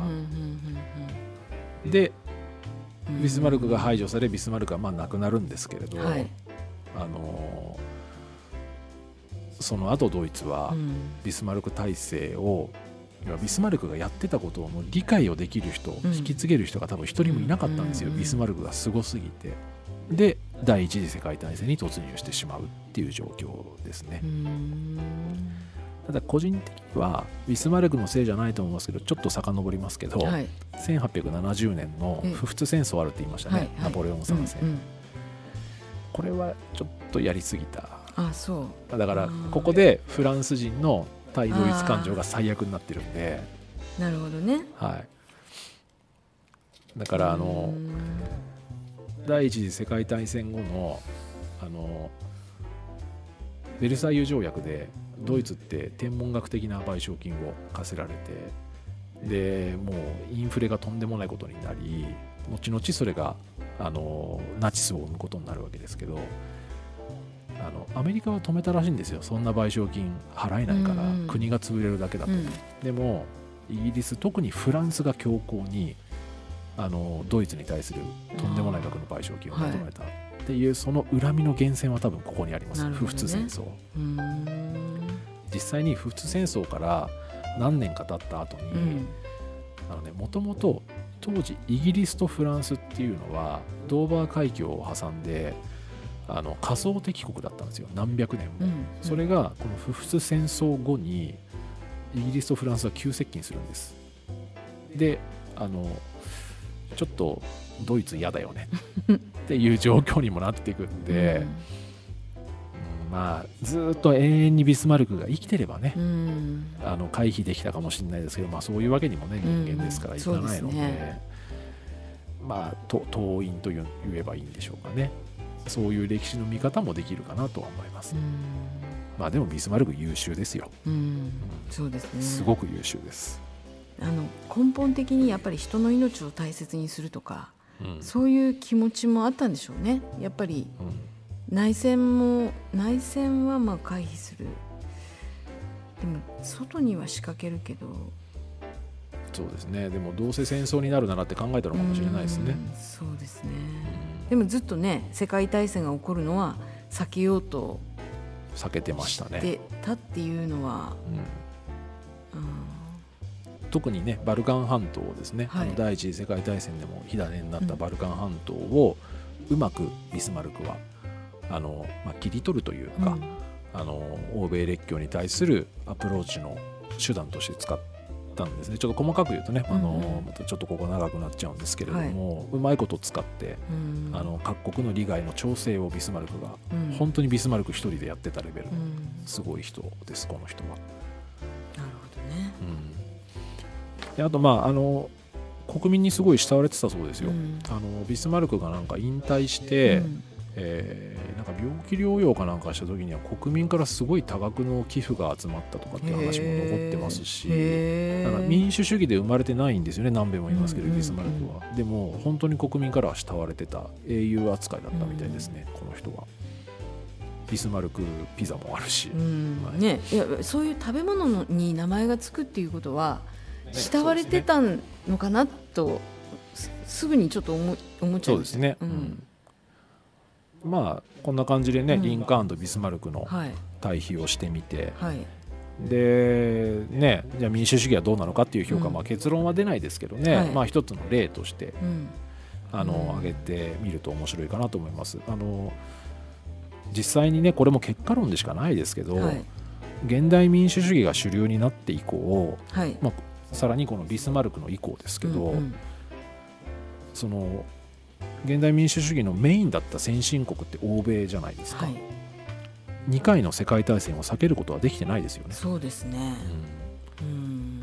でビスマルクが排除されビスマルクはまあ亡くなるんですけれど、はい、あのその後ドイツはビスマルク体制を、うん、ビスマルクがやってたことの理解をできる人、うん、引き継げる人が多分一人もいなかったんですよ、うん、ビスマルクがすごすぎて。で第一次世界大戦に突入してしまうっていう状況ですね。うんただ個人的にはビスマルクのせいじゃないと思いますけど、ちょっと遡りますけど、はい、せんはっぴゃくななじゅうねんの不仏戦争あるって言いましたね、はいはい、ナポレオン参戦、うんうん、これはちょっとやりすぎた。 あそうだからここでフランス人の対ドイツ感情が最悪になってるんで。 なるほどね、 はい、だからあの第一次世界大戦後のあのベルサイユ条約でドイツって天文学的な賠償金を課せられて、でもうインフレがとんでもないことになり、後々それがあのナチスを生むことになるわけですけど、あのアメリカは止めたらしいんですよ。そんな賠償金払えないから国が潰れるだけだと、うん、でもイギリス特にフランスが強硬にあのドイツに対するとんでもない額の賠償金を求めたっていう、はい、その恨みの源泉は多分ここにあります、ね、不仏戦争。うーん実際に不仏戦争から何年か経った後に、うん、あのね、もともと当時イギリスとフランスっていうのはドーバー海峡を挟んであの仮想敵国だったんですよ、何百年も、うんうん、それがこの不仏戦争後にイギリスとフランスは急接近するんです。であのちょっとドイツ嫌だよねっていう状況にもなっていくんで、うんうん、まあずっと永遠にビスマルクが生きてればね、うん、あの回避できたかもしれないですけど、まあ、そういうわけにもね人間ですからいかないので、うんね、まあと党員と言えばいいんでしょうかね。そういう歴史の見方もできるかなとは思います。うん、まあでもビスマルク優秀ですよ。うんうん、 そうですね。 すごく優秀です。 あの根本的にやっぱり人の命を大切にするとか、うん、そういう気持ちもあったんでしょうね。やっぱり内戦も内戦はまあ回避する。でも外には仕掛けるけど。 そうですね。でもどうせ戦争になるならって考えたのかもしれないですね。 うん、そうですね。でもずっとね世界大戦が起こるのは避けようと避けてましたね。 してたっていうのは。 うんうん特にねバルカン半島ですね、はい、あの第一次世界大戦でも火種になったバルカン半島をうまくビスマルクはあの、まあ、切り取るというか、うん、あの欧米列強に対するアプローチの手段として使ったんですね。ちょっと細かく言うとね、うん、あのまたちょっとここ長くなっちゃうんですけれども、はい、うまいこと使って、うん、あの各国の利害の調整をビスマルクが、うん、本当にビスマルク一人でやってたレベルのすごい人ですこの人は。なるほどね。うんであとまああの国民にすごい慕われてたそうですよ、うん、あのビスマルクがなんか引退して、うんえー、なんか病気療養かなんかした時には国民からすごい多額の寄付が集まったとかっていう話も残ってますし、だから民主主義で生まれてないんですよね。何べんも言いますけど、うんうんうん、ビスマルクはでも本当に国民からは慕われてた英雄扱いだったみたいですね、うん、この人は。 ビスマルクピザもあるし、 うんはいね、いやそういう食べ物に名前がつくっていうことは慕われてたのかなと す, すぐにちょっと 思, 思っちゃいました。そうですね、うんうん、まあこんな感じでね、うん、リンカーンとビスマルクの対比をしてみて、はい、でね、じゃあ民主主義はどうなのかっていう評価、うん、まあ、結論は出ないですけどね、はい、まあ、一つの例として、うん、あの、うん、挙げてみると面白いかなと思います。あの実際にねこれも結果論でしかないですけど、はい、現代民主主義が主流になって以降、はい、まあ、さらにこのビスマルクの以降ですけど、うんうん、その現代民主主義のメインだった先進国って欧米じゃないですか、はい、にかいの世界大戦を避けることはできてないですよね。 そうですね、 うん、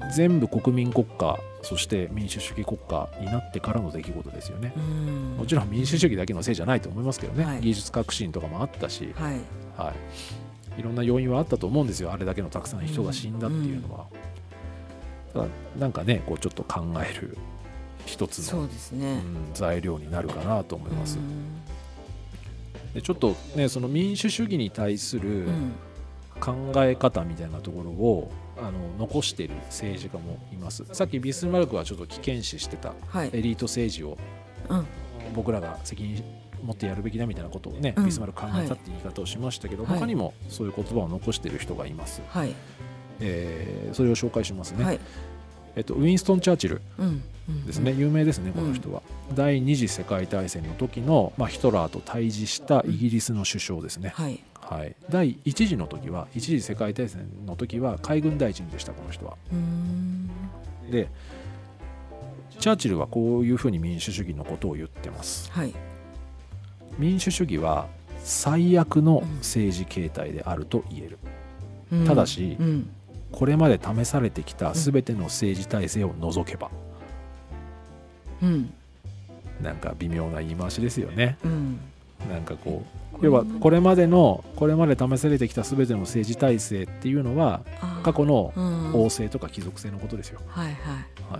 全部国民国家そして民主主義国家になってからの出来事ですよね。うんもちろん民主主義だけのせいじゃないと思いますけどね、はい、技術革新とかもあったし、はいはい、いろんな要因はあったと思うんですよ。あれだけのたくさん人が死んだっていうのは、うんうん、ただなんかねこうちょっと考える一つの、そうですね、うん、材料になるかなと思います。でちょっとねその民主主義に対する考え方みたいなところをあの残している政治家もいます。さっきビスマルクはちょっと危険視してた、はい、エリート政治を、うん、僕らが責任持ってやるべきだみたいなことをね、うん、ビスマルク考えたって言い方をしましたけど、はい、他にもそういう言葉を残している人がいます、はい、えー、それを紹介しますね、はい、えっと、ウィンストン・チャーチルですね、うんうん、有名ですねこの人は、うん、第二次世界大戦の時の、まあ、ヒトラーと対峙したイギリスの首相ですね、うん、はいはい、第一次の時は一次世界大戦の時は海軍大臣でしたこの人は。うーんでチャーチルはこういうふうに民主主義のことを言ってます、はい、民主主義は最悪の政治形態であると言える、うん、ただし、うん、これまで試されてきた全ての政治体制を除けば、うん、なんか微妙な言い回しですよね、うん、なんかこう要はこれまでのこれまで試されてきた全ての政治体制っていうのは過去の王政とか貴族制のことですよ、はいはいはい、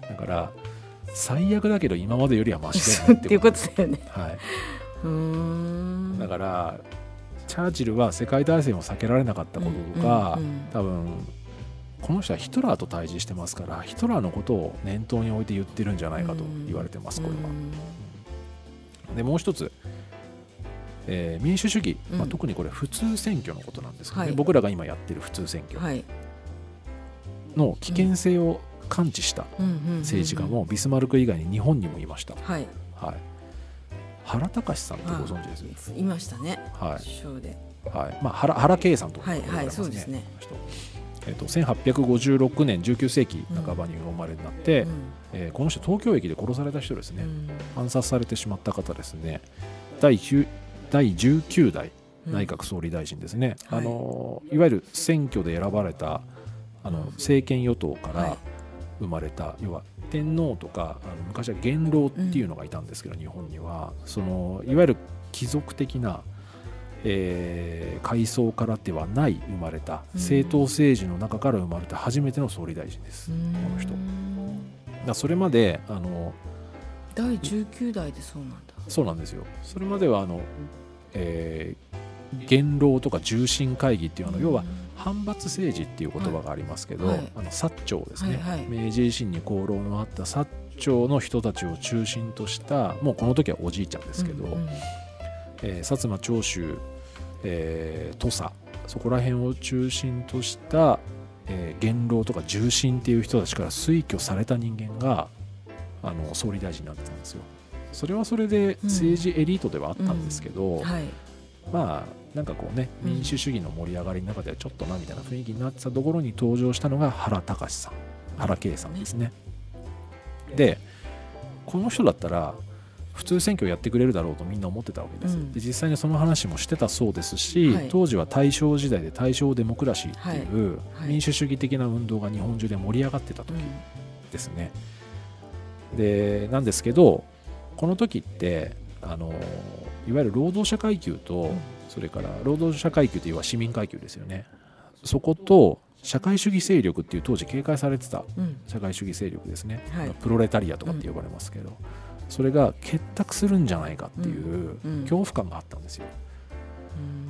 だから最悪だけど今までよりはマシだよねっていうことだよね、はい、うーんだからチャーチルは世界大戦を避けられなかったこととか、うんうんうん、多分この人はヒトラーと対峙してますからヒトラーのことを念頭に置いて言ってるんじゃないかと言われてますこれは、うん、でもう一つえー、民主主義、まあ、特にこれ普通選挙のことなんですけどね、うん、僕らが今やってる普通選挙の危険性を感知した政治家もビスマルク以外に日本にもいました、はいはい、原敬さんってご存知です？ いましたね、 はい、 ショーで、 はいまあ、原原敬さんとか言われますね、はいはい、そうですね、えー、とせんはっぴゃくごじゅうろくねんじゅうきゅうせいき半ばにお生まれになって、うんえー、この人東京駅で殺された人ですね、うん、暗殺されてしまった方ですね。第きゅうだいじゅうきゅうだい内閣総理大臣ですね、うん、あのいわゆる選挙で選ばれたあの政権与党から生まれた、はい、要は天皇とかあの昔は元老っていうのがいたんですけど、うん、日本にはそのいわゆる貴族的な、えー、階層からではない生まれた、うん、政党政治の中から生まれた初めての総理大臣です、うん、この人だそれまであのだいじゅうきゅうだいでそうなんだ。 そうなんですよ。それまではあのえー、元老とか重臣会議っていうのは、うん、要は反発政治っていう言葉がありますけど、はい、あの薩長ですね、はいはい、明治維新に功労のあった薩長の人たちを中心としたもうこの時はおじいちゃんですけど、うんうんえー、薩摩長州、えー、土佐そこら辺を中心とした、えー、元老とか重臣っていう人たちから推挙された人間があの総理大臣になってたんですよ。それはそれで政治エリートではあったんですけど、うんうんはい、まあなんかこうね民主主義の盛り上がりの中ではちょっとなみたいな雰囲気になってたところに登場したのが原敬さん原敬さんですね。でこの人だったら普通選挙をやってくれるだろうとみんな思ってたわけです、うん、で実際にその話もしてたそうですし、はい、当時は大正時代で大正デモクラシーっていう民主主義的な運動が日本中で盛り上がってた時ですね、うん、でなんですけどこの時ってあのいわゆる労働者階級と、うん、それから労働者階級というのは市民階級ですよね。そこと社会主義勢力っていう当時警戒されてた社会主義勢力ですね、うんはい、プロレタリアとかって呼ばれますけど、うん、それが結託するんじゃないかっていう恐怖感があったんですよ、うん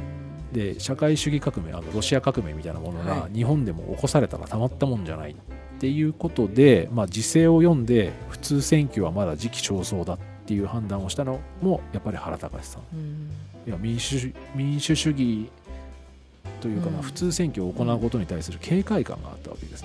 で社会主義革命、あのロシア革命みたいなものが日本でも起こされたらたまったもんじゃないっていうことで、まあ、時勢を読んで普通選挙はまだ時期尚早だっていう判断をしたのもやっぱり原敬さん、うん、いや民主、民主主義というか、まあ普通選挙を行うことに対する警戒感があったわけですね、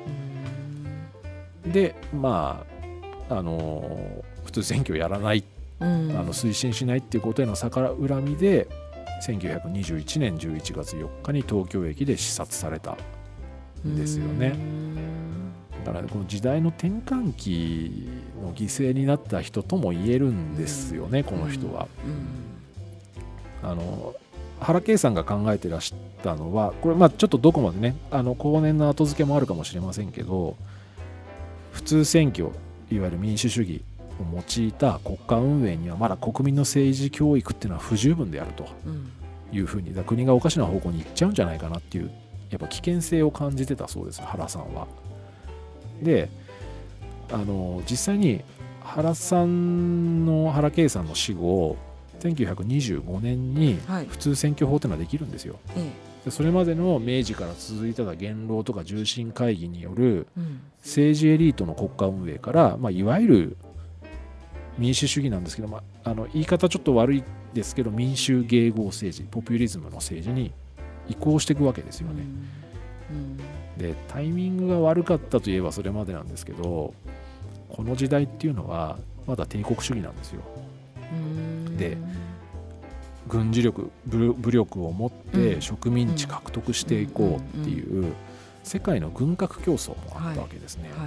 うん、でまああの普通選挙をやらない、うん、あの推進しないっていうことへの逆恨みでせんきゅうひゃくにじゅういちねんじゅういちがつよっかに東京駅で刺殺されたんですよね。だからこの時代の転換期の犠牲になった人とも言えるんですよね、この人は。あの原敬さんが考えてらしたのは、これまあちょっとどこまでね、あの後年の後付けもあるかもしれませんけど、普通選挙、いわゆる民主主義を用いた国家運営にはまだ国民の政治教育っていうのは不十分であるというふうに、だ国がおかしな方向に行っちゃうんじゃないかなっていうやっぱ危険性を感じてたそうです、原さんは。で、あの実際に原さんの原敬さんの死後せんきゅうひゃくにじゅうごねんに普通選挙法っていうのはできるんですよ、はい、でそれまでの明治から続いてた元老とか重臣会議による政治エリートの国家運営から、まあ、いわゆる民主主義なんですけど、まあ、あの言い方ちょっと悪いですけど民衆迎合政治、ポピュリズムの政治に移行していくわけですよね、うんうん、でタイミングが悪かったといえばそれまでなんですけど、この時代っていうのはまだ帝国主義なんですよ。で軍事力、武力を持って植民地獲得していこうっていう世界の軍拡競争もあったわけですね、はいはい、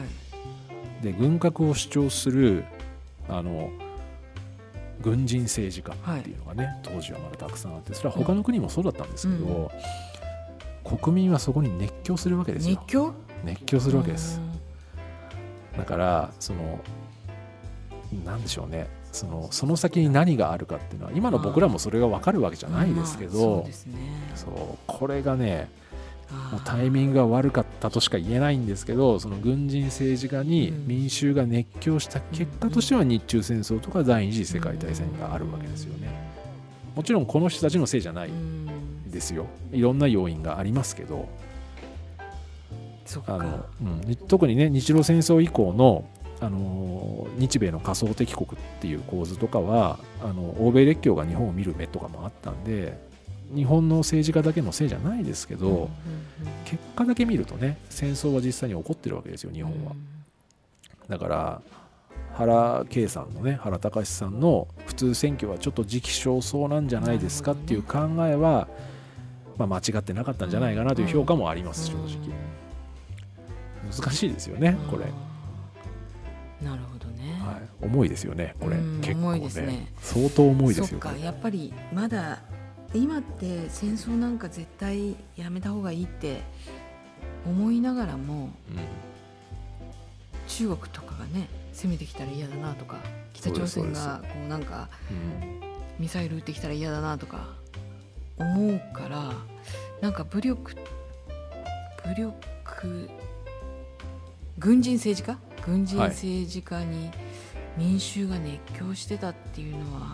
で軍拡を主張するあの軍人政治家っていうのがね、はい、当時はまだたくさんあって、それは他の国もそうだったんですけど、うん、国民はそこに熱狂するわけですよ。 熱狂？ 熱狂するわけです。だからそのなんでしょうね、その、その先に何があるかっていうのは今の僕らもそれが分かるわけじゃないですけど、そうですね、そうこれがねもうタイミングが悪かったとしか言えないんですけど、その軍人政治家に民衆が熱狂した結果としては日中戦争とか第二次世界大戦があるわけですよね。もちろんこの人たちのせいじゃないですよ、いろんな要因がありますけど、あの、うん、特にね日露戦争以降のあの日米の仮想敵国っていう構図とかはあの欧米列強が日本を見る目とかもあったんで、日本の政治家だけのせいじゃないですけど、うんうんうん、結果だけ見るとね戦争は実際に起こってるわけですよ日本は、うん、だから原敬さんのね原敬さんの普通選挙はちょっと時期尚早なんじゃないですかっていう考えは、まあ、間違ってなかったんじゃないかなという評価もあります、うん、正直難しいですよねこれ。 なるほどね、 はい、重いですよねこれ、結構ね、重いですね、相当重いですよ。 そっか、やっぱりまだ今って戦争なんか絶対やめた方がいいって思いながらも、うん、中国とかがね攻めてきたら嫌だなとか、北朝鮮がこうなんか、うん、ミサイル撃ってきたら嫌だなとか思うから、なんか武力武力軍人政治家軍人政治家に民衆が熱狂してたっていうのは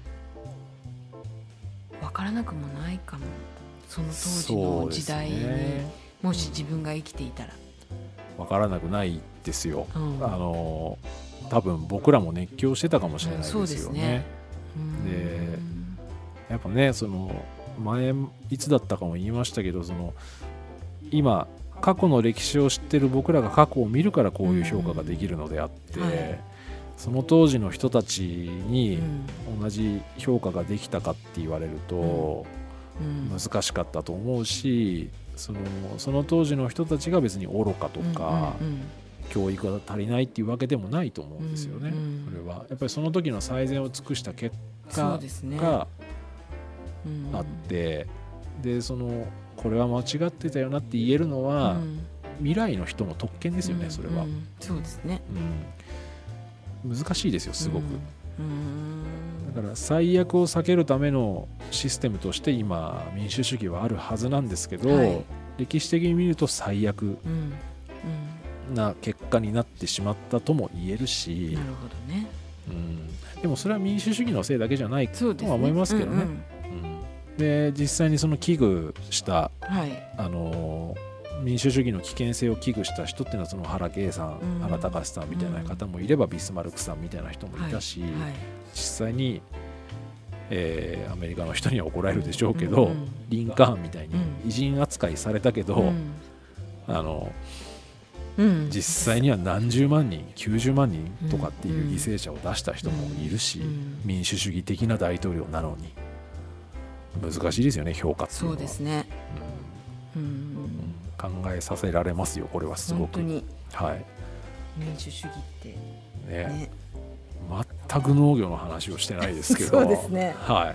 分からなくもないかも。その当時の時代に、ね、もし自分が生きていたら分からなくないですよ、うん、あの多分僕らも熱狂してたかもしれないですよね、うん、そうですね。でやっぱねその前いつだったかも言いましたけど、その今過去の歴史を知ってる僕らが過去を見るからこういう評価ができるのであって、うんはい、その当時の人たちに同じ評価ができたかって言われると難しかったと思うし、その、その当時の人たちが別に愚かとか、うんうんうん、教育が足りないっていうわけでもないと思うんですよね、うんうん、それはやっぱりその時の最善を尽くした結果があって、でそのこれは間違ってたよなって言えるのは、うん、未来の人の特権ですよね、うん、それは、うん、 そうですね、 うん、難しいですよすごく、うん、だから最悪を避けるためのシステムとして今民主主義はあるはずなんですけど、はい、歴史的に見ると最悪な結果になってしまったとも言えるし、 なるほどね、 うん、でもそれは民主主義のせいだけじゃないとは思いますけどね、うんうんうん、 で実際にその危惧した、 はい、 あの民主主義の危険性を危惧した人っていうのはその原敬さん、うん、原敬さんみたいな方もいれば、うん、ビスマルクさんみたいな人もいたし、はいはい、実際に、えー、アメリカの人には怒られるでしょうけど、うん、リンカーンみたいに偉人扱いされたけど、うん、あのうん、実際には何十万人きゅうじゅうまんにんとかっていう犠牲者を出した人もいるし、うんうん、民主主義的な大統領なのに難しいですよね、評価っていうのは。 そうですね、 うんうん、考えさせられますよ、これはすごく。 本当に、 はい、 民主主義ってね、 ね、全く農業の話をしてないですけどそうですね、 はい、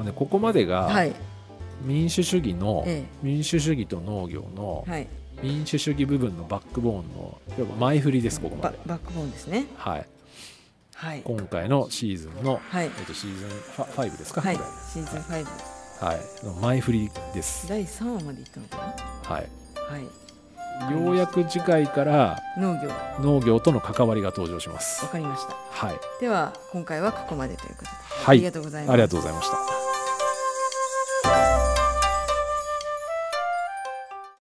でここまでが民主主義の、はい、民主主義と農業の、はい、民主主義部分のバックボーンの前振りです。ここまでバックボーンですね。 はい、 はい、 今回のシーズンの、 はい、 えー、とシーズンファイブですか、 はい、 これシーズンファイブ、 はい、前振りです。 だいさんわまでいったのかな。はい、 はい、ようやく次回から農業農業との関わりが登場します。 わかりました。 はい、 では今回はここまでということで、 はい、 ありがとうございます。 ありがとうございました。